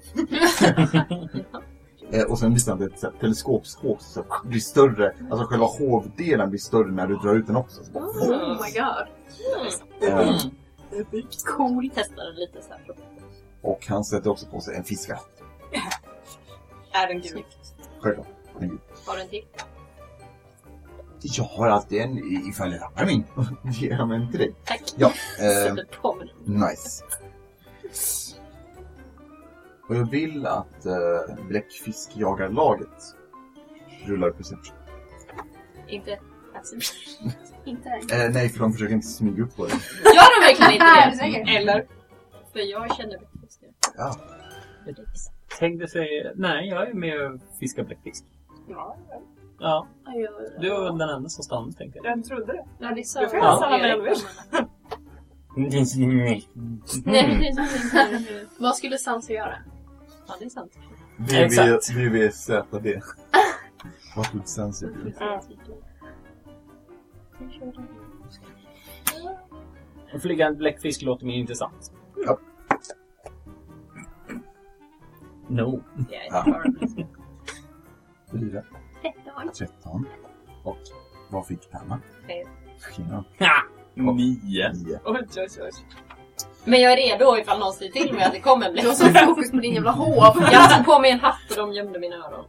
eh, och sen visar han ett så här, teleskopshov så att det blir större. Alltså själva hovdelen blir större när du drar ut den också. Så bara, oh my god. Eh, Cool. Testar lite så här. Och han sätter också på sig en fiskhatt. Är den gul? Självklart. Har du en till? Jag har alltid en i- ifall jag tappar min. Ger jag mig till dig. Tack. Ja, eh, Sätter på mig den. nice. Och jag vill att eh, bläckfiskjagarlaget rullar perception. Inte Inte Eh, nej, för de försöker inte smyga upp på det. Gör de verkligen Är du inte säker? det? Eller? För jag känner bläckfiskar. Ja. Tänkte säga, nej jag är med och fiskar bläckfisk. Ja, Ja, Ja, jag- du var den enda som stannade tänkte jag. jag trodde det. Ja, det är så. Du får Ja. stanna med den vill. Nej. Nej, vad skulle Sansa göra? Ja, det är sant. Exakt. V V Z D. What would sense do? En flygande bläckfisk låter mer intressant. Ja. No. Ja, Fyra. tretton. Och vad fick Tanna? Fem. Ja, Ha! Nio. nio. Oj, oj, oj. Men jag är redo ifall någon säger till mig att det kommer en Du har bläckfisk. så fokus på din jävla hov. Jag tog på mig en hatt och de gömde mina öron.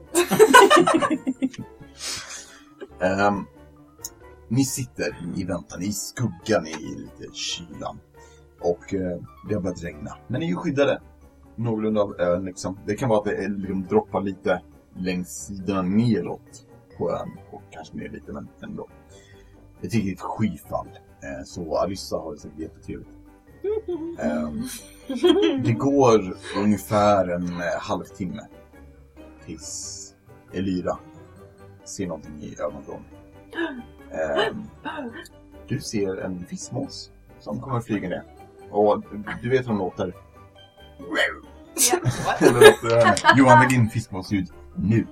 Ehm, ni sitter i väntan i skuggan i lite kylan. Och eh, det har börjat regna. Men ni är ju skyddade. Någorlunda av ön liksom. Det kan vara att det är, liksom, droppar lite längs sidorna neråt på ön. Och kanske ner lite, men ändå. Det är ett skyfall. Eh, så Alyssa har det säkert jättetrevligt. Ehm, det går ungefär en eh, halvtimme tills Elyra ser någonting i ögonvrån. Ehm, du ser en fiskmås som kommer flyga ner. Och du vet hur de låter. Eller låter eh, Johan lägg in fiskmåsljud nu.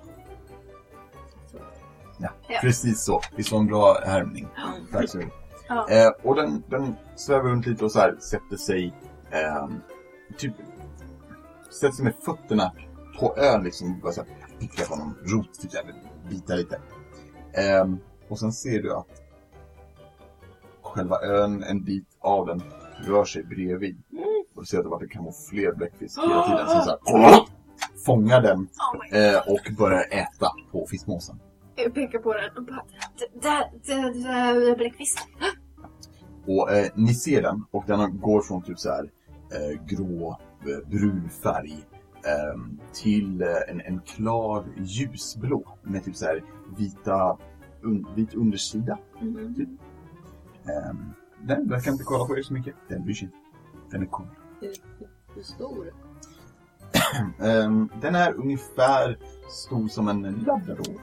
Ja, Ja. precis så. Det är så en bra härmning. Tack så mycket. Ja. Eh, och den, den svävar runt lite och så här sätter sig ehm, typ sätter sig med fötterna på ön liksom, bara så här picklar på någon rot typ, eller bita lite. Ehm, och sen ser du att själva ön, en bit av den, rör sig bredvid. Och du ser att det var det kan vara fler bläckfisk hela tiden som så här fångar den eh, och börjar äta på fiskmåsen. Jag pekar på den och bara, där, där, där, bläckfisk. Och eh, ni ser den och den går från typ så här eh, grå, eh, brun färg eh, till eh, en, en klar ljusblå med typ så här vita, un, vit undersida. Mm. Typ. Eh, den verkar inte kolla på er så mycket. Den bryr sig inte. Den är cool. Hur, hur stor? Eh, den är ungefär stor som en labrador.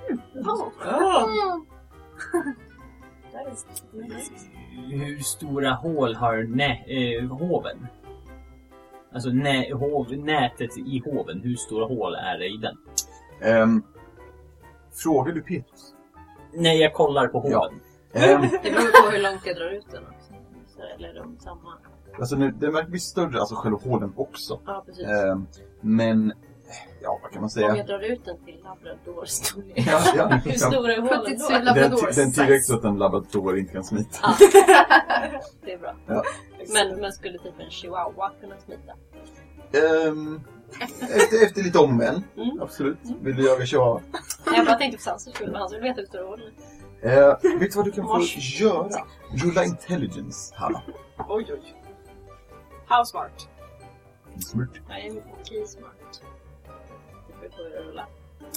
Hur stora hål har nä, eh, hoven? Alltså nä, hov, nätet i hoven, hur stora hål är det i den? Eh, frågar du Petrus? Nej, jag kollar på hoven. Ja. Eh, Det beror på hur långt jag drar ut den också. Så, eller är de samma? alltså nu, den verkar bli större, alltså själva hålen också. Ja, precis. Eh, men, ja vad kan man säga? Om jag drar ut den till labradorstorlek. Ja, ja, Hur ja. stora är hålen Puttit då? sig Den, labrador den tillräckligt så size. att en labrador inte kan smita. Ja. Det är bra. Ja. Men, men skulle typ en chihuahua kunna smita? Ehm, efter, efter lite omvänd, Mm. absolut. Vill du jaga chihuahua? Jag bara tänkte på Sansers skull, men han skulle veta hur stora hålen är. Eh, vet du vad du kan få göra? Rulla intelligence, Hanna. Oj, oj. How smart? Smart. Jag är okej smart. Det får jag rulla.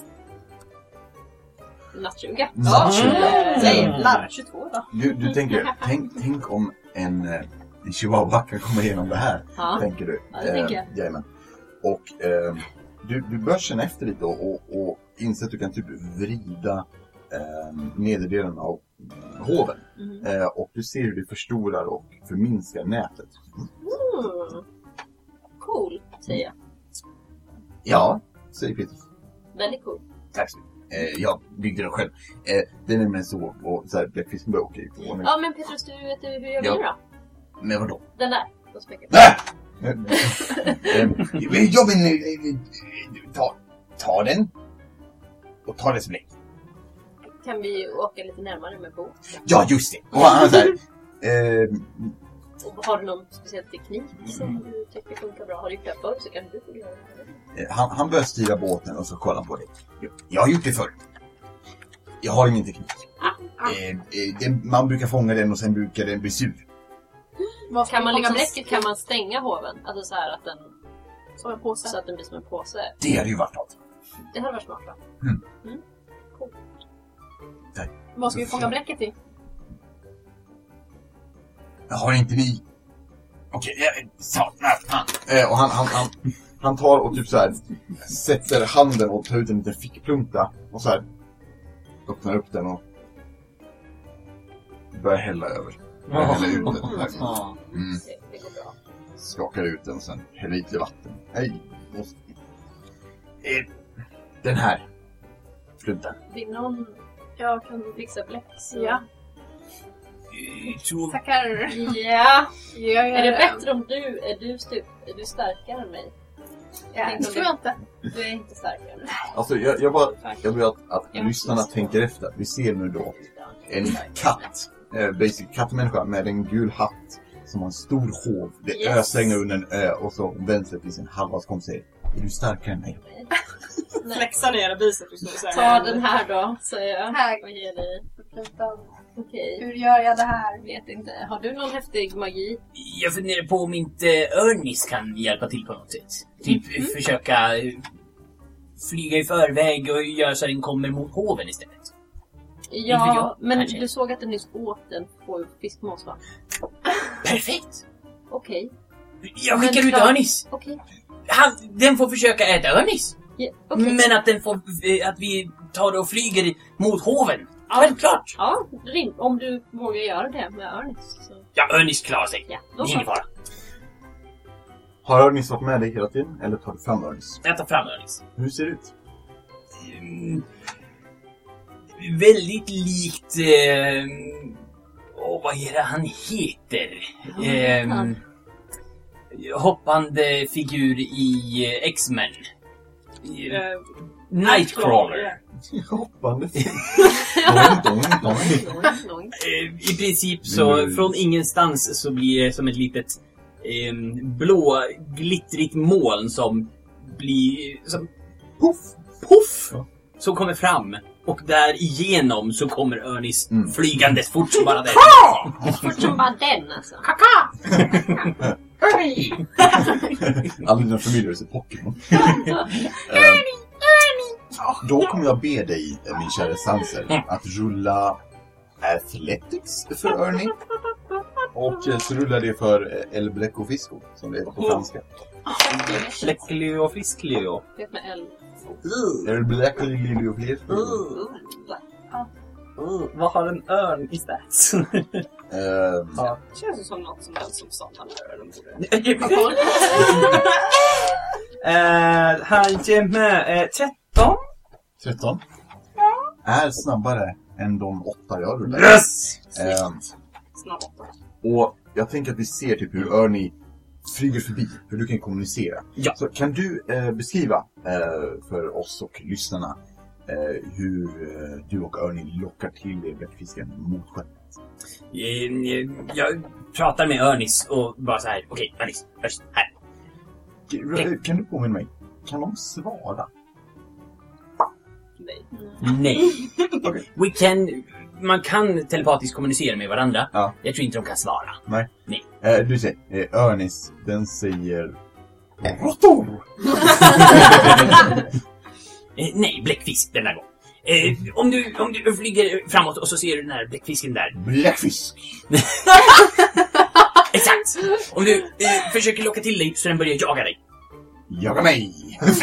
Nattjuga. Nattjuga. Eh, Jävlar, tjugotvå då. Du, du tänker, tänk, tänk om en, eh, en chihuahua kan komma igenom det här. Ja. Tänker du. Ja, det tänker jag. Jajamän. Och eh, du, du börjar känna efter lite och, och, och inser att du kan typ vrida eh, nederdelen av hoven. Mm. Eh, och du ser hur det förstorar och förminskar nätet. Mm. Cool, säger jag. Ja, säger Peter. Väldigt cool. Tack så mycket. Eh, jag byggde den själv. Eh, det är nämligen så, och så här, bläckfisken börjar åka ut. Och nu, Ja, men Petrus, du vet hur jag Ja. gör då? men vadå? Den där. Då späcker Nej! Eh, jag vill eh, eh, ta, ta den och ta dess bläck. Kan vi åka lite närmare med båt? Ja, just det. Och han så här, eh, Har du någon speciell teknik som du tycker funkar bra? Har du gjort det förr så kan du få göra det. Han, han börjar styra båten och så kollar han på dig. Jag har gjort det förr. Jag har ingen teknik. Ah. Eh, eh, det, man brukar fånga den och sen brukar den bli sur. Vad ska Kan man liksom, bläcket kan man stänga hoven? Alltså så här att den, som en påse? så att den blir som en påse. Det hade ju varit något. Det hade varit smart va? Mm. Mm. Cool. Vad ska vi fånga bläcket i? Har inte ni... Okej, okay, så, nej, fan. Eh, och han, han, han, han tar och typ så här sätter handen och tar ut en liten fickplunta och så här öppnar upp den och börjar hälla över. Börjar hälla ut den. Här. Mm. Det, det går bra. Skakar ut den och sen häller i lite vatten. Hej, måste... Eh, den här pluntan. Vill någon jag kan fixa bläck? Så... Ja. Jag tror... Tackar. Ja. Jag Är det bättre om du är du, stup, är du starkare än mig? Ja, tänkte det om tror jag inte. Du är inte starkare än mig. Alltså jag, jag, bara, jag vill att, att Jag lyssnarna måste- tänker efter. Vi ser nu då en katt, eh, basic kattmänniska med en gul hatt som har en stor hov. Det Yes. ösregnar under en ö och så vänster till sin halva kom säger: är du starkare än mig? Nej. Flexa ner biceps och säga. Ta den här då, säger jag. Här. Och ge dig. Okej. Hur gör jag det här? Vet inte. Har du någon häftig magi? Jag funderar på om inte Örnis kan hjälpa till på något sätt. Typ Mm. försöka eh, flyga i förväg och göra så att den kommer mot hoven istället. Ja, jag, men kanske. du såg att den nyss åt en på fiskmås va? Perfekt! Okej. Jag Men skickar ut klart- Örnis. Okej. Han, den får försöka äta Örnis. Ja, okej. Men att den får, eh, att vi tar och flyger mot hoven. Självklart! Ja, rim. Om du vågar göra det med Örnis. Så... Ja, Örnis klarar sig. Ja, då Ingen så. fara. Har Örnis varit med dig hela tiden eller tar du fram Örnis? Jag tar fram Örnis. Hur ser det ut? Mm, väldigt likt... Eh, åh, vad är det han heter? Ja, Eh, han. hoppande figur i eh, X-Men. Eh, Eh, Nightcrawler. Hoppande. Noing, noing. Eh, I princip så, Mm. från ingenstans så blir det som ett litet eh, blå, glittrigt moln som blir... Som, Puff! puff! Ja. Som kommer fram. Och där igenom så kommer Örnis Mm. flygandes fort som bara det. Fort som bara den alltså. Alla dina familjer är Pokémon. Eh, Då kommer jag be dig, eh, min kära Sanser, att rulla Athletics för Örni. Och eh, så rullar det för eh, El Blecco Fisco, som det heter på franska. Fläcklio och fisklio. Det med L. El Blecco Lilio Fisco. Uh, vad har en örn i stats? Eh, Ja. det känns ju som något som den som satan gör. Eller borde. Eh, han ger med eh, tretton. tretton. Är snabbare än de åtta jag rullar. Yes! Eh, Snabbt. Och jag tänker att vi ser typ hur Örni flyger förbi, hur du kan kommunicera. Ja. Så kan du eh, beskriva eh, för oss och lyssnarna eh, hur eh, du och Örni lockar till er bläckfisken mot skeppet? Eh, Jag pratar med Örnis och bara så här. Okej, Örnis, Örnis, här. K- Kan du påminna mig? Kan de svara? Nej. Nej. Okej. We can... Man kan telepatiskt kommunicera med varandra. Ja. Jag tror inte de kan svara. Nej. Nej. Eh, du säger, eh, Örnis, den säger... Råttor! Eh, nej, bläckfisk denna gång. Eh, om, du, om du flyger framåt och så ser du den här bläckfisken där. Bläckfisk! Exakt! Om du eh, försöker locka till dig så den börjar jaga dig. Jaga mig!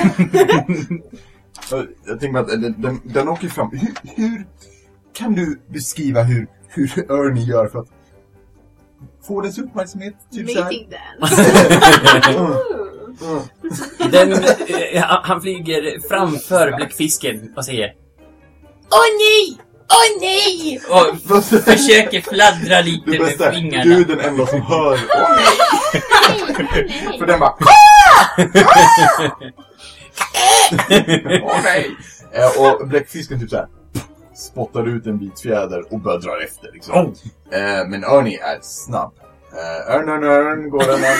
Eh, jag tänker att den, den, den åker fram. Hur, hur kan du beskriva hur, hur Örni gör för att få dess uppmärksamhet? Typ så här. Mating dance. Mm. Mm. Den, eh, han- han flyger framför bläckfisken och säger: Åh nej! Åh nej! Och försöker fladdra lite Det med bästa, fingrarna. du är den enda som hör. Åh, nej. För den bara... Åh nej! Eh, och bläckfisken typ så här spottar ut en bit fjäder och börjar dra efter liksom. Oh. Eh, men Örni är snabb. Uh, örn, örn, örn, går den här.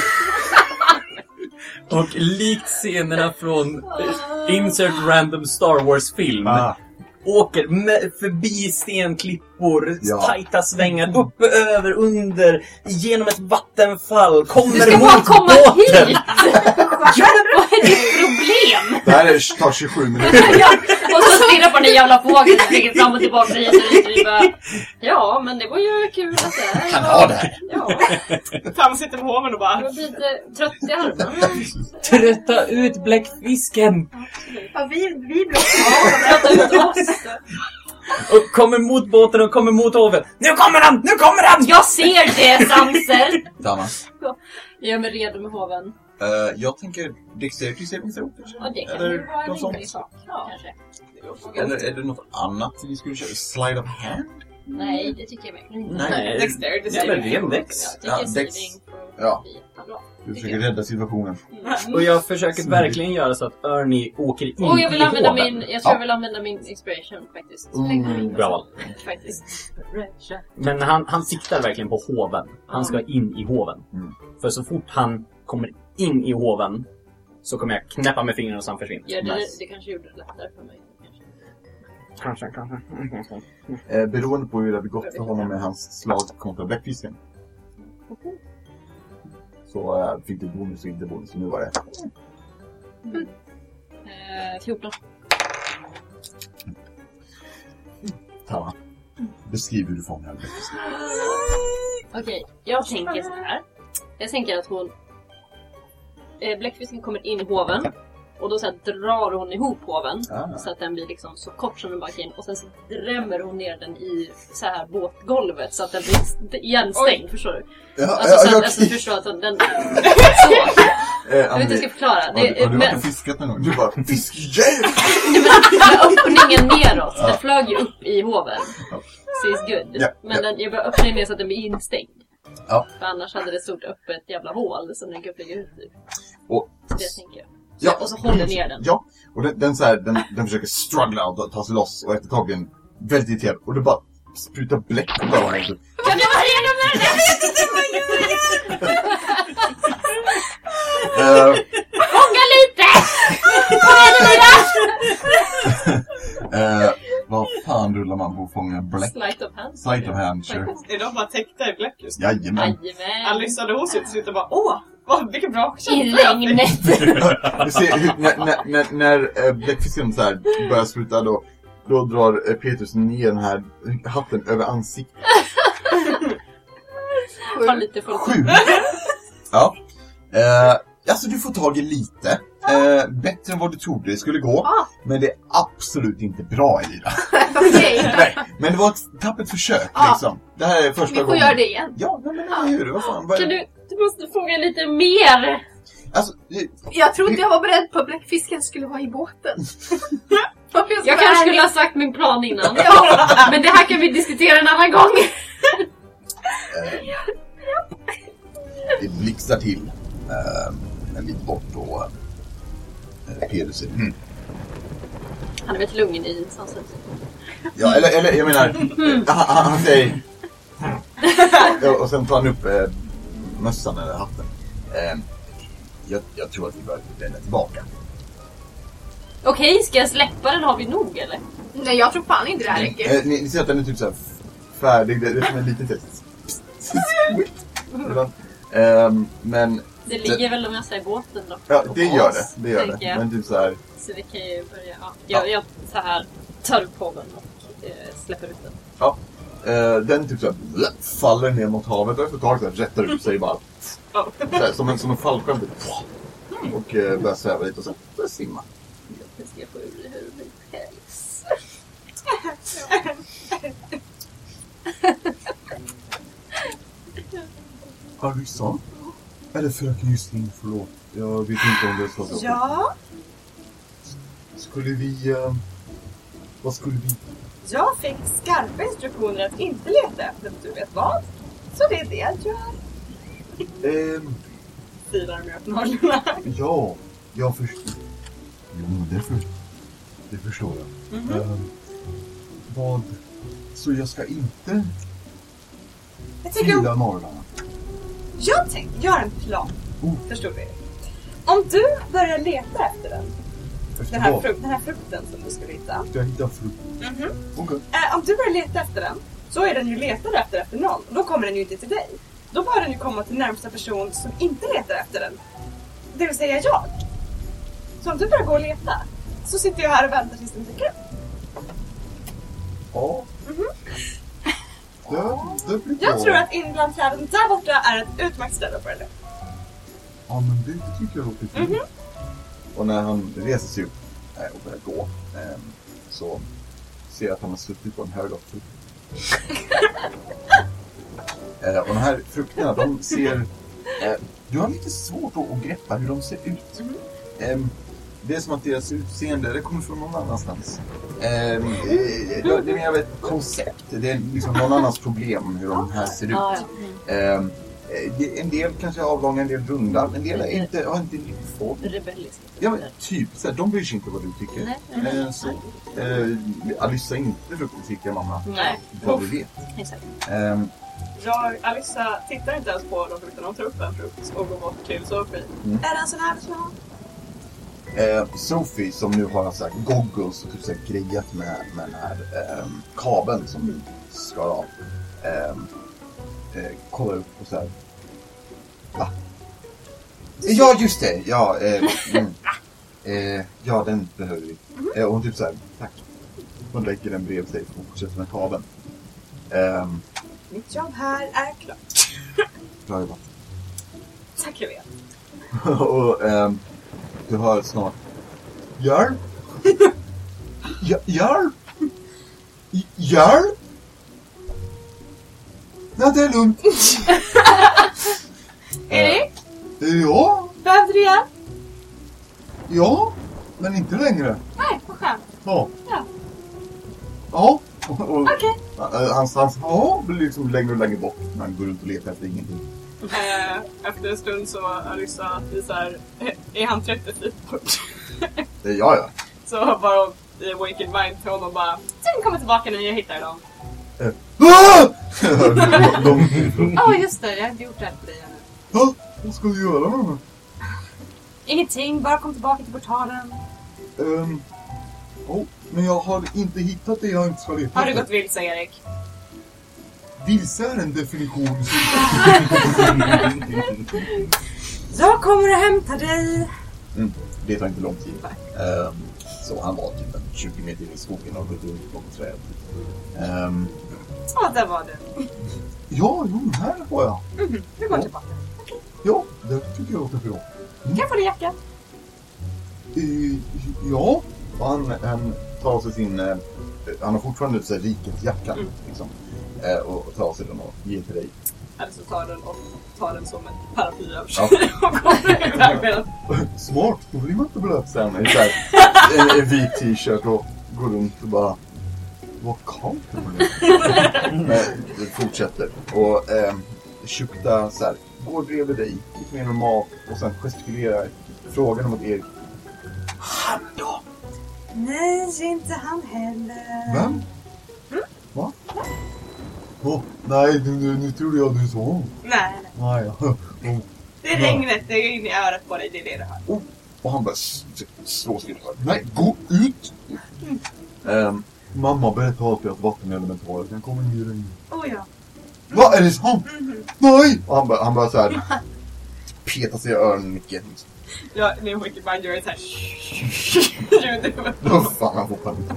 Och likt scenerna från Insert Random Star Wars-film Ah. åker med, förbi stenklippor, Ja. tajta svängar, uppe, över, under, genom ett vattenfall, kommer Du ska mot bara komma båten. hit! Vad är ditt problem? Det här är, tar tjugosju minuter. Ja, och så stirrar på den jävla fågeln och flyger fram och tillbaka och vi bara, ja, men det var ju kul att det är. Han har det här. Ja, Fan sitter på hoven och bara... jag blir lite trött i armarna. Trötta ut bläckfisken. Ja, vi, vi blir Trötta ut oss. Och kommer mot båten och kommer mot hoven. Nu kommer han! Nu kommer han! Jag ser det, Samser! Damma. Jag är mig redo med hoven. Uh, jag tänker dexterity saving throw kanske? Ja, det kan Eller ju vara en något sånt. rimlig sak, ja, kanske. Eller är det något annat ni skulle köra? Slide of hand? Nej, det tycker jag verkligen inte. Nej. Dexterity Det är väl saving. ren dex. Jag tycker Ja, dex. saving för Ja. ja, bra. Du försöker rädda situationen. Och jag försöker verkligen göra så att Ernie åker in Och jag vill i använda hoven. min, jag tror Ja. jag vill använda min inspiration faktiskt. Mm, bra val. Faktiskt. Men han, han siktar verkligen på hoven. Han ska in i hoven. Mm. För så fort han kommer in i hoven så kommer jag knäppa med fingrarna så han försvinner. Ja, det, Nice. det kanske gjorde det lättare för mig. Kanske. Kanske, kanske. Eh, beroende på hur det hade gått för honom med hans slag kontra bläckfisken. Så eh, fick du bonus och inte bonus. Nu var det. Eh, fjorton. Tamma. Beskriv hur du fångar bläckfisken. Okej, jag tänker så här. Jag tänker att hon... Eh, bläckfisken kommer in i hoven. Och då så här drar hon ihop hoven. Ah. Så att den blir liksom så kort som den bara kan. Och sen så drämmer hon ner den i så här båtgolvet. Så att den blir st- igenstängd, förstår du? Ja, Alltså, så ja, att, jag- alltså förstår att den... så. Eh, Jag vet André, inte hur jag ska förklara. har, du, har du varit men, och fiskat någon gång? Du bara, fiskjävel! nej, men, men öppningen neråt, den flög ju upp i hoven. Så it's good. Ja, men ja. Den, jag bara öppnade ner så att den blir instängd. Ja. För annars hade det stort öppet jävla hål som den kan flyga ut ur. Och, Så det tänker jag. ja, Och så håller ner den. Ja, och den, den, så här, den, den försöker struggla och ta sig loss. Och efter ett tag blir den väldigt irriterad. Och du bara sprutar bläck på honom. Kan jag vara redo med det? Jag vet inte vad jag gör! Uh, Fånga lite! Kom igen nu då! uh, vad fan rullar man på att fånga bläck? Sleight of hand. Sleight of hand, sure. Är de bara täckta i bläck just nu? Jajamän. Jajamän. Alice hade hon suttit och bara åh, vad, vilket bra I regnet. Du ser hur, när, när, när, när äh, bläckfisken så här börjar spruta då, då drar äh, Petrus ner den här hatten över ansiktet. Har lite för Sju! Ja. Uh, alltså du får tag i lite. Uh, bättre än vad du trodde det skulle gå. Ah. Men det är absolut inte bra, Elida. Okej, Nej, men det var ett tappert försök Ja. liksom. Det här är första vi får gången. göra det igen. Ja, men, men eller hur? Vad fan? Vad är Kan det? du, du måste fånga lite mer. Alltså, det- Jag tror inte jag var beredd på att bläckfisken skulle vara i båten. Varför jag ska Jag vara kanske ärlig. skulle ha sagt min plan innan. Ja. Men det här kan vi diskutera en annan gång. eh, det blixtrar till eh, en bit bort och eh, Petrus säger mm. Han är väl lugn i sansen. Ja, eller, eller jag menar, eh, han, han, han säger ja, och sen tar han upp eh, mössan eller hatten. Eh, jag, jag tror att vi bör vända tillbaka. Okej, ska jag släppa den? Har vi nog eller? Nej, jag tror fan inte det här räcker. Eh, ni, ni ser att den är typ så här färdig, det, det är som en liten test. um, men Det ligger väl om jag säger båten då. ja, det Och gör oss, det, det gör det. tänker jag. Men typ så här, Så vi kan ju börja, ja. Jag, jag så här tar upp hoven och eh, släpper ut den. ja. Eh, den typ så här, faller ner mot havet och efter ett tag så här, rättar ut sig bara. Så här, som, en, som en fallskärm. Och eh, börjar sväva lite och sen börjar simma. Nu ska jag få ur det hur min päls. Arisa? Eller fröken Justin, förlåt. Jag vet inte om det är så. Ja, Skulle vi... Eh, vad skulle vi... Jag fick skarpa instruktioner att inte leta efter du vet vad. Så det är det jag gör. Ehm, Filar med öppnhållarna. ja, jag förstår. Jo, det, för, det förstår jag. Mhm. Ehm, vad... Så jag ska inte jag tycker fila Norrland? Jag tänkte göra en plan. Oh. Förstår du? Om du börjar leta efter den. Efter Den här, vad? frukt, den här frukten som du ska hitta. Jag hittar frukt. Mhm. Okej. Eh, om du börjar leta efter den, så är den ju letad efter efter någon. Och då kommer den ju inte till dig. Då bör den ju komma till närmsta person som inte letar efter den. Det vill säga jag. Så om du börjar gå och leta, så sitter jag här och väntar tills den dyker upp. Ja. Mhm. Det, det blir Jag bra. tror att in bland träden där borta är ett utmärkt ställe att börja leta. Ja, men det tycker jag låter fint. Mhm. Och när han reser sig upp eh, och börjar gå eh, så ser jag att han har suttit på en hög av frukt. eh, och de här frukterna, de ser... Eh, du har lite svårt att, att greppa hur de ser ut. Mhm. Eh, det är som att deras utseende, det kommer från någon annanstans. Eh, eh, det, det är mer av ett koncept. Det är liksom någon annans problem hur de här ser ut. Ja, ja. Eh, det- en del kanske är avlånga, en del runda. En del är inte, har inte riktigt form. Rebellisk. Ja, men typ. Så här, de bryr sig inte vad du tycker. Nej, nej, Eh, så, eh, Alyssa är inte fruktiga mamma. Nej, Vad vi vet. exakt. Eh, Jag, Alyssa, tittar inte ens på de frukterna. Hon tar upp en frukt och går bort till Sophie. Är det en sån här som jag har? eh, Sophie som nu har så här, goggles och typ så här, grejat med, med den här eh, kabeln som vi skar av. Eh, eh, kollar upp och så här. Va? Ja, just det. Ja, eh, mm. eh, ja den behöver vi. Eh, och hon typ så här, tack. Hon lägger den bredvid sig och fortsätter med kabeln. Eh, Mitt jobb här är klart. bra jobbat. Tack, jag vet. och ehm, du hör snart hjälp. Ja, hjälp. J- Hjälp. Nej, det är lugnt. Erik, Eh, ja, behövde du hjälp? ja, men inte längre. Nej, vad skönt. Ja. Ja. Ja. Och, och, Okej. eh, hans, hans ja, blir liksom längre och längre bort när han går runt och letar efter ingenting. Eh, efter en stund så Alyssa visar, är han trettio feet bort? Eh, ja, ja. Så bara i Awakened Mind till honom bara, sen kommer tillbaka när jag hittar dem. Ah! de, de, Ja, just det. Jag har inte gjort det här för dig ännu. ja, vad ska du göra med mig? Ingenting, bara kom tillbaka till portalen. Um, oh, men jag har inte hittat det jag inte ska leta Har du efter. gått vilse, Erik? Vilse är en definition. Jag kommer att hämta dig. mm, det tar inte lång tid. Um, så han var typ en tjugo meter in i skogen och gått runt på träd. Um, Ja, där var du. ja, jo, här var jag. Mhm, vi går tillbaka. Ja, det tycker jag låter bra. Kan jag få din jacka? Uh, ja, och han, han tar av sig sin... Uh, han har fortfarande så här riket jacka. Mm. Liksom, uh, och, och tar av sig den och ger till dig. Eller så tar den och tar den som en paraply över Ja. sig och kommer iväg med den. Smart, då blir man inte blöt sen. Så här, en, en vit t-shirt och går runt och bara... Vad kallt det var. Men det fortsätter. Och eh, Shukta så här, går bredvid dig, lite mer normalt. Och sen gestikulerar frågan mot Erik. Han då? Nej, inte han heller. Vem? Va? Oh, nej, nu, nu, nu trodde jag du så. Nej, nej. Nej, ja. Oh. Det är regnet, det är in i örat på dig, det är det det har. Oh. Och han bara s- s- slår sig. Nej, gå ut! Ehm, mamma berättade alltid att vattenelementarer kan komma in i regn. Oh ja. Vad är det sant? Mhm. Nej! Och han bara, han bara så här peta sig i öronen mycket. Ja, med Wicked Mind gör ett såhär ljud. Då fan han får panik.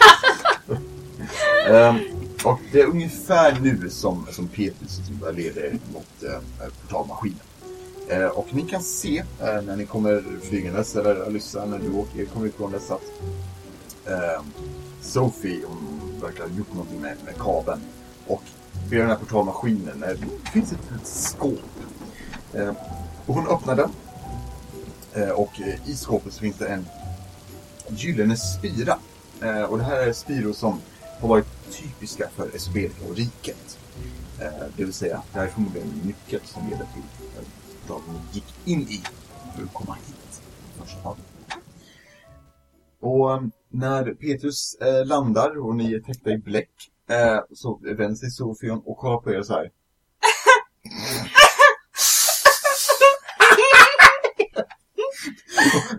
Ehm, och det är ungefär nu som, som Petrus leder mot eh, portalmaskinen. Eh, och ni kan se eh, när ni kommer flygandes, eller Alyssa när du åker, kommer ifrån dess att eh, Sophie, hon verkar ha gjort någonting med, med kabeln. Och vid den här portalmaskinen eh, finns ett litet skåp. Eh, och hon öppnar den. Eh, och eh, i skåpet så finns det en gyllene spira. Eh, och det här är spiror som har varit typiska för Esbelka och riket. Eh, det vill säga, det här är förmodligen en nyckel som leder till eh, vad ni gick in i för att komma hit första dagen. Och eh, när Petrus eh, landar och ni är täckta i bläck eh, så vänder sig Sofion och kollar på er så här.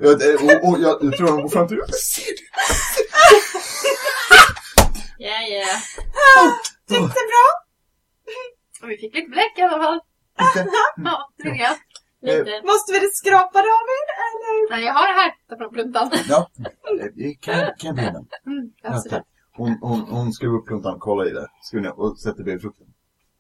Jag, och, och jag, jag tror han går fram till dig. Ja, ja. Jättebra! Och vi fick lite bläck i alla fall. Lite. Ja, det vill jag. Lite. Måste vi skrapa det av er, eller? Nej, jag har det här. Ta fram pluntan. Ja, det kan, kan jag bli den. Mm, Ja, absolut. tack. Hon, hon, hon skruvar upp pluntan, kollar i det. Skruvar ner och sätter bredvid frukten.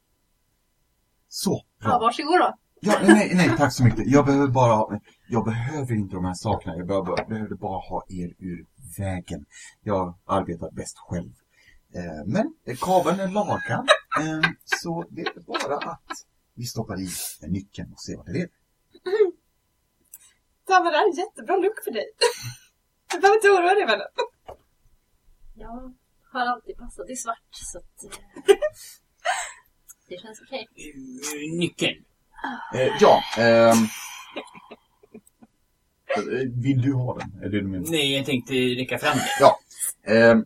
Så, Ja, bra. varsågod då. Ja, nej, nej, tack så mycket. Jag behöver bara ha, jag behöver inte de här sakerna. Jag behöver, behöver bara ha er ur vägen. Jag arbetar bäst själv. Eh, men kabeln är lagad. Eh, så det är bara att vi stoppar i nyckeln och ser vad det är. Fan, vad det är en jättebra look för dig. Du behöver inte oroa dig, vännen. Jag har alltid passat i svart, så att... eh, det känns okej. Uh, nyckeln. Eh, ja, ehm... vill du ha den? Är det du menar? Nej, jag tänkte räcka fram den. Ja. Ehm...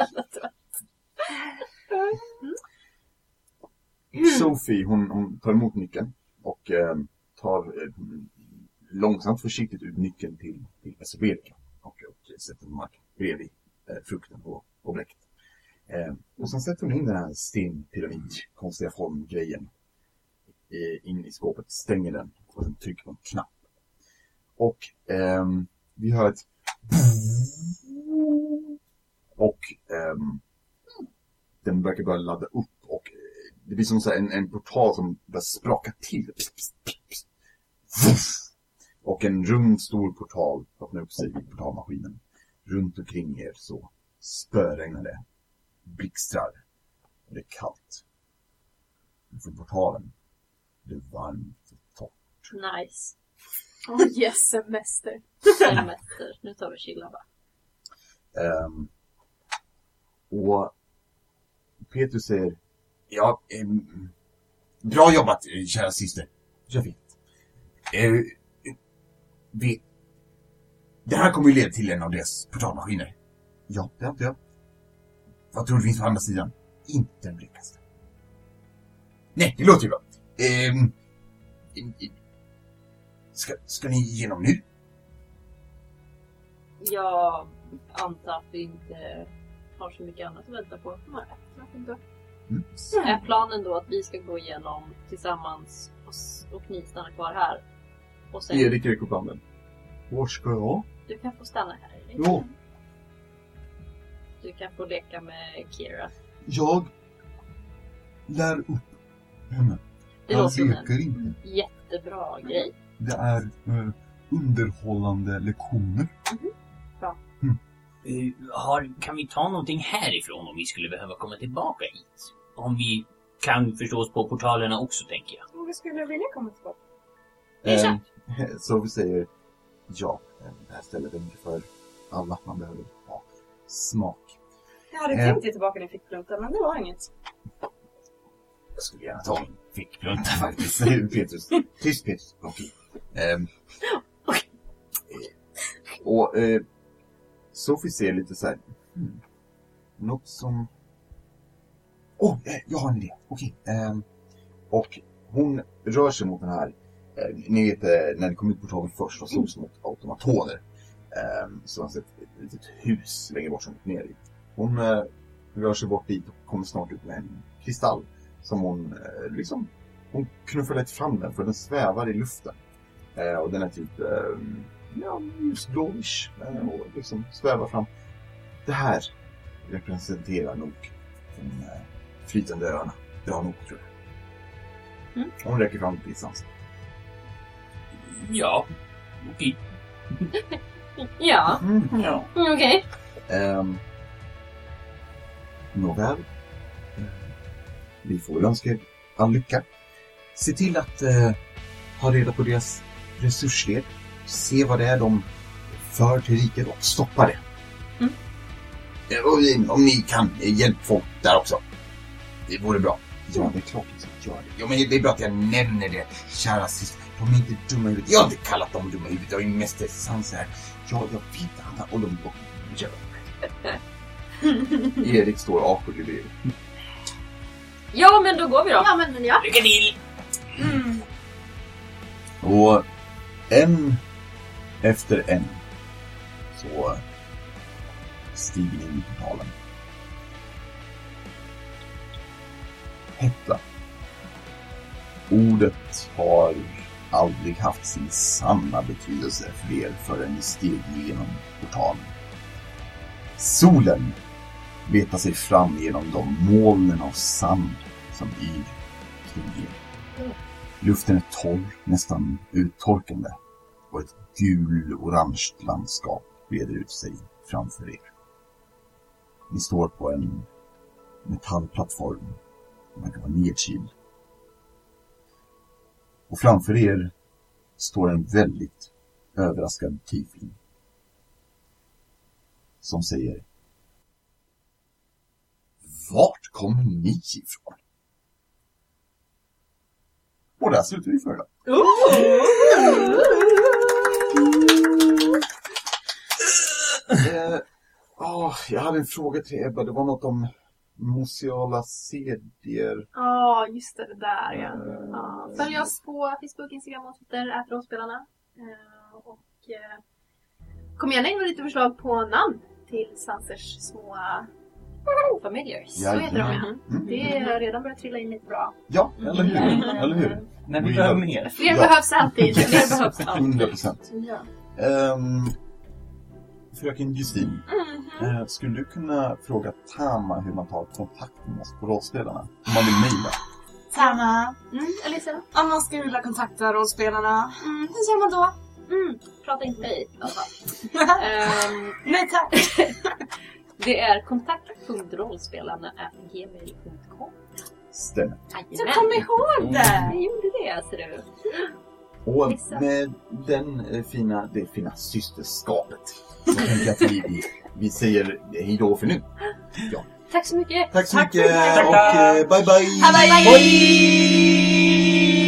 Sophie, hon, hon tar emot nyckeln och eh, tar eh, långsamt försiktigt ut nyckeln till, till Esoberika och, och sätter marken bredvid eh, frukten och, och bläcket. Eh, och sen sätter hon in den här stenpyramid, konstiga formgrejen eh, in i skåpet, stänger den och sen trycker på en knapp. Och eh, vi hör ett och eh, den verkar börja ladda upp och det blir som så här en, en portal som börjar spraka till. Och en rund stor portal öppnar upp sig i portalmaskinen. Runt omkring er så spöregnar det. Blixtrar. Och det är kallt. Men från portalen det är varmt och torrt. Nice. Åh, oh, yes, semester. Semester. Nu tar vi kylan bara. Um, och Petrus säger ja, um, bra jobbat, kära syster. Jag vet. Uh, vi, det här kommer ju leda till en av deras portalmaskiner. Ja, det har jag. Vad tror du finns på andra sidan? Inte den blekaste. Nej, det låter ju bra. Um, ska, ska ni igenom nu? Jag antar att vi inte har så mycket annat att vänta på. Nej, jag vet inte. Mm. Är planen då att vi ska gå igenom tillsammans och, och ni stannar kvar här? Och sen... Erik räcker upp handen. Var ska jag? Du kan få stanna här. Erik. Ja. Du kan få leka med Kira. Jag lär upp henne. Det Jag låter som leker en inte. jättebra grej. Det är eh, underhållande lektioner. Uh, har, kan vi ta någonting härifrån om vi skulle behöva komma tillbaka hit? Om vi kan förstås på portalerna också, tänker jag. Om vi skulle vilja komma tillbaka. Eh, så vi säger ja, det här stället är inte för alla. Man behöver ha smak. Jag hade Eh. tänkt ge tillbaka din fickplunta, men det var inget. Jag skulle gärna ta en fickplunta faktiskt. Petrus. Tyst Petrus. Okej. Ehm. Eh, och eh, Sophie ser lite så här. Hmm, något som... Åh, oh, eh, jag har en idé. Okej. Ehm, och hon rör sig mot den här. Eh, ni vet eh, när det kom ut på portalen först och sågs mot automatoner. Ehm, så har sett ett litet hus längre bort som gick ner i. Hon eh, rör sig bort dit och kommer snart ut med en kristall. Som hon eh, liksom, hon knuffar lätt fram den för den svävar i luften. Eh, och den är typ, eh, ja, ljusblåish. Eh, och liksom svävar fram. Det här representerar nog de eh, flytande öarna. Bra nog, tror jag. Mm. Hon räcker fram till distans. Ja, okej. Ja, Mm. Ja. mm, okej. Um, Nåväl. Uh, vi får önska er all lycka. Se till att uh, ha reda på deras resursled. Se vad det är de för till riket och stoppa det. Mm. Uh, och om ni kan, uh, hjälp folk där också. Det vore bra. Ja, det är klart att jag gör det. Ja, men det är bra att jag nämner det, kära syster. De är inte dumma i huvudet. Jag har inte kallat dem dumma i huvudet. Jag är mest sans här. Ja, jag vet att och de... Ja. Erik står awkwardly bredvid. Ja, men då går vi då. Ja, men ja. Lycka till! Mm. Och en efter en så stiger ni in i portalen. Hetta. Ordet har aldrig haft sin sanna betydelse för er förrän ni steg igenom portalen. Solen letar sig fram genom de molnen av sand som yr kring er. Luften är torr, nästan uttorkande, och ett gul-orange landskap breder ut sig framför er. Ni står på en metallplattform som verkar vara nedkyld. Och framför er står en väldigt överraskad tiefling som säger: vart kommer ni ifrån? Och där slutar vi för det. eh, oh, jag hade en fråga till Ebba. Det var något om museala sedier. Ja, oh, just det, det där ja. ja. Följ oss på Facebook, Instagram och Twitter, ät rollspelarna. Uh, och uh, kom gärna in med lite förslag på namn till Sansers små Familjers. Så heter de, ja. Mm. Det har redan börjat trilla in lite bra. Ja, eller hur? Mm. Eller hur? Men vi behöver mer. Fler ja. behövs alltid. Fler behövs alltid. hundra procent. Ja. Um, fröken Justine, mm-hmm. uh, skulle du kunna fråga Tama hur man tar kontakt med oss på rollspelarna? Om man vill mejla. Tama. Mm, Elisa. Om man skulle vilja kontakta rollspelarna, mm. hur gör man då? Mm. Prata inte med mig. um, Nej tack. Det är kontakt punkt rollspelarna at gmail punkt com. Stämmer. Så kom ihåg det! Vi gjorde det, ser du. Och med den eh, fina, det fina systerskapet så tänker jag att vi, vi, vi säger hej då för nu. Ja. Tack så mycket. Tack så Tack mycket. mycket. Och eh, bye bye. Bye bye. bye.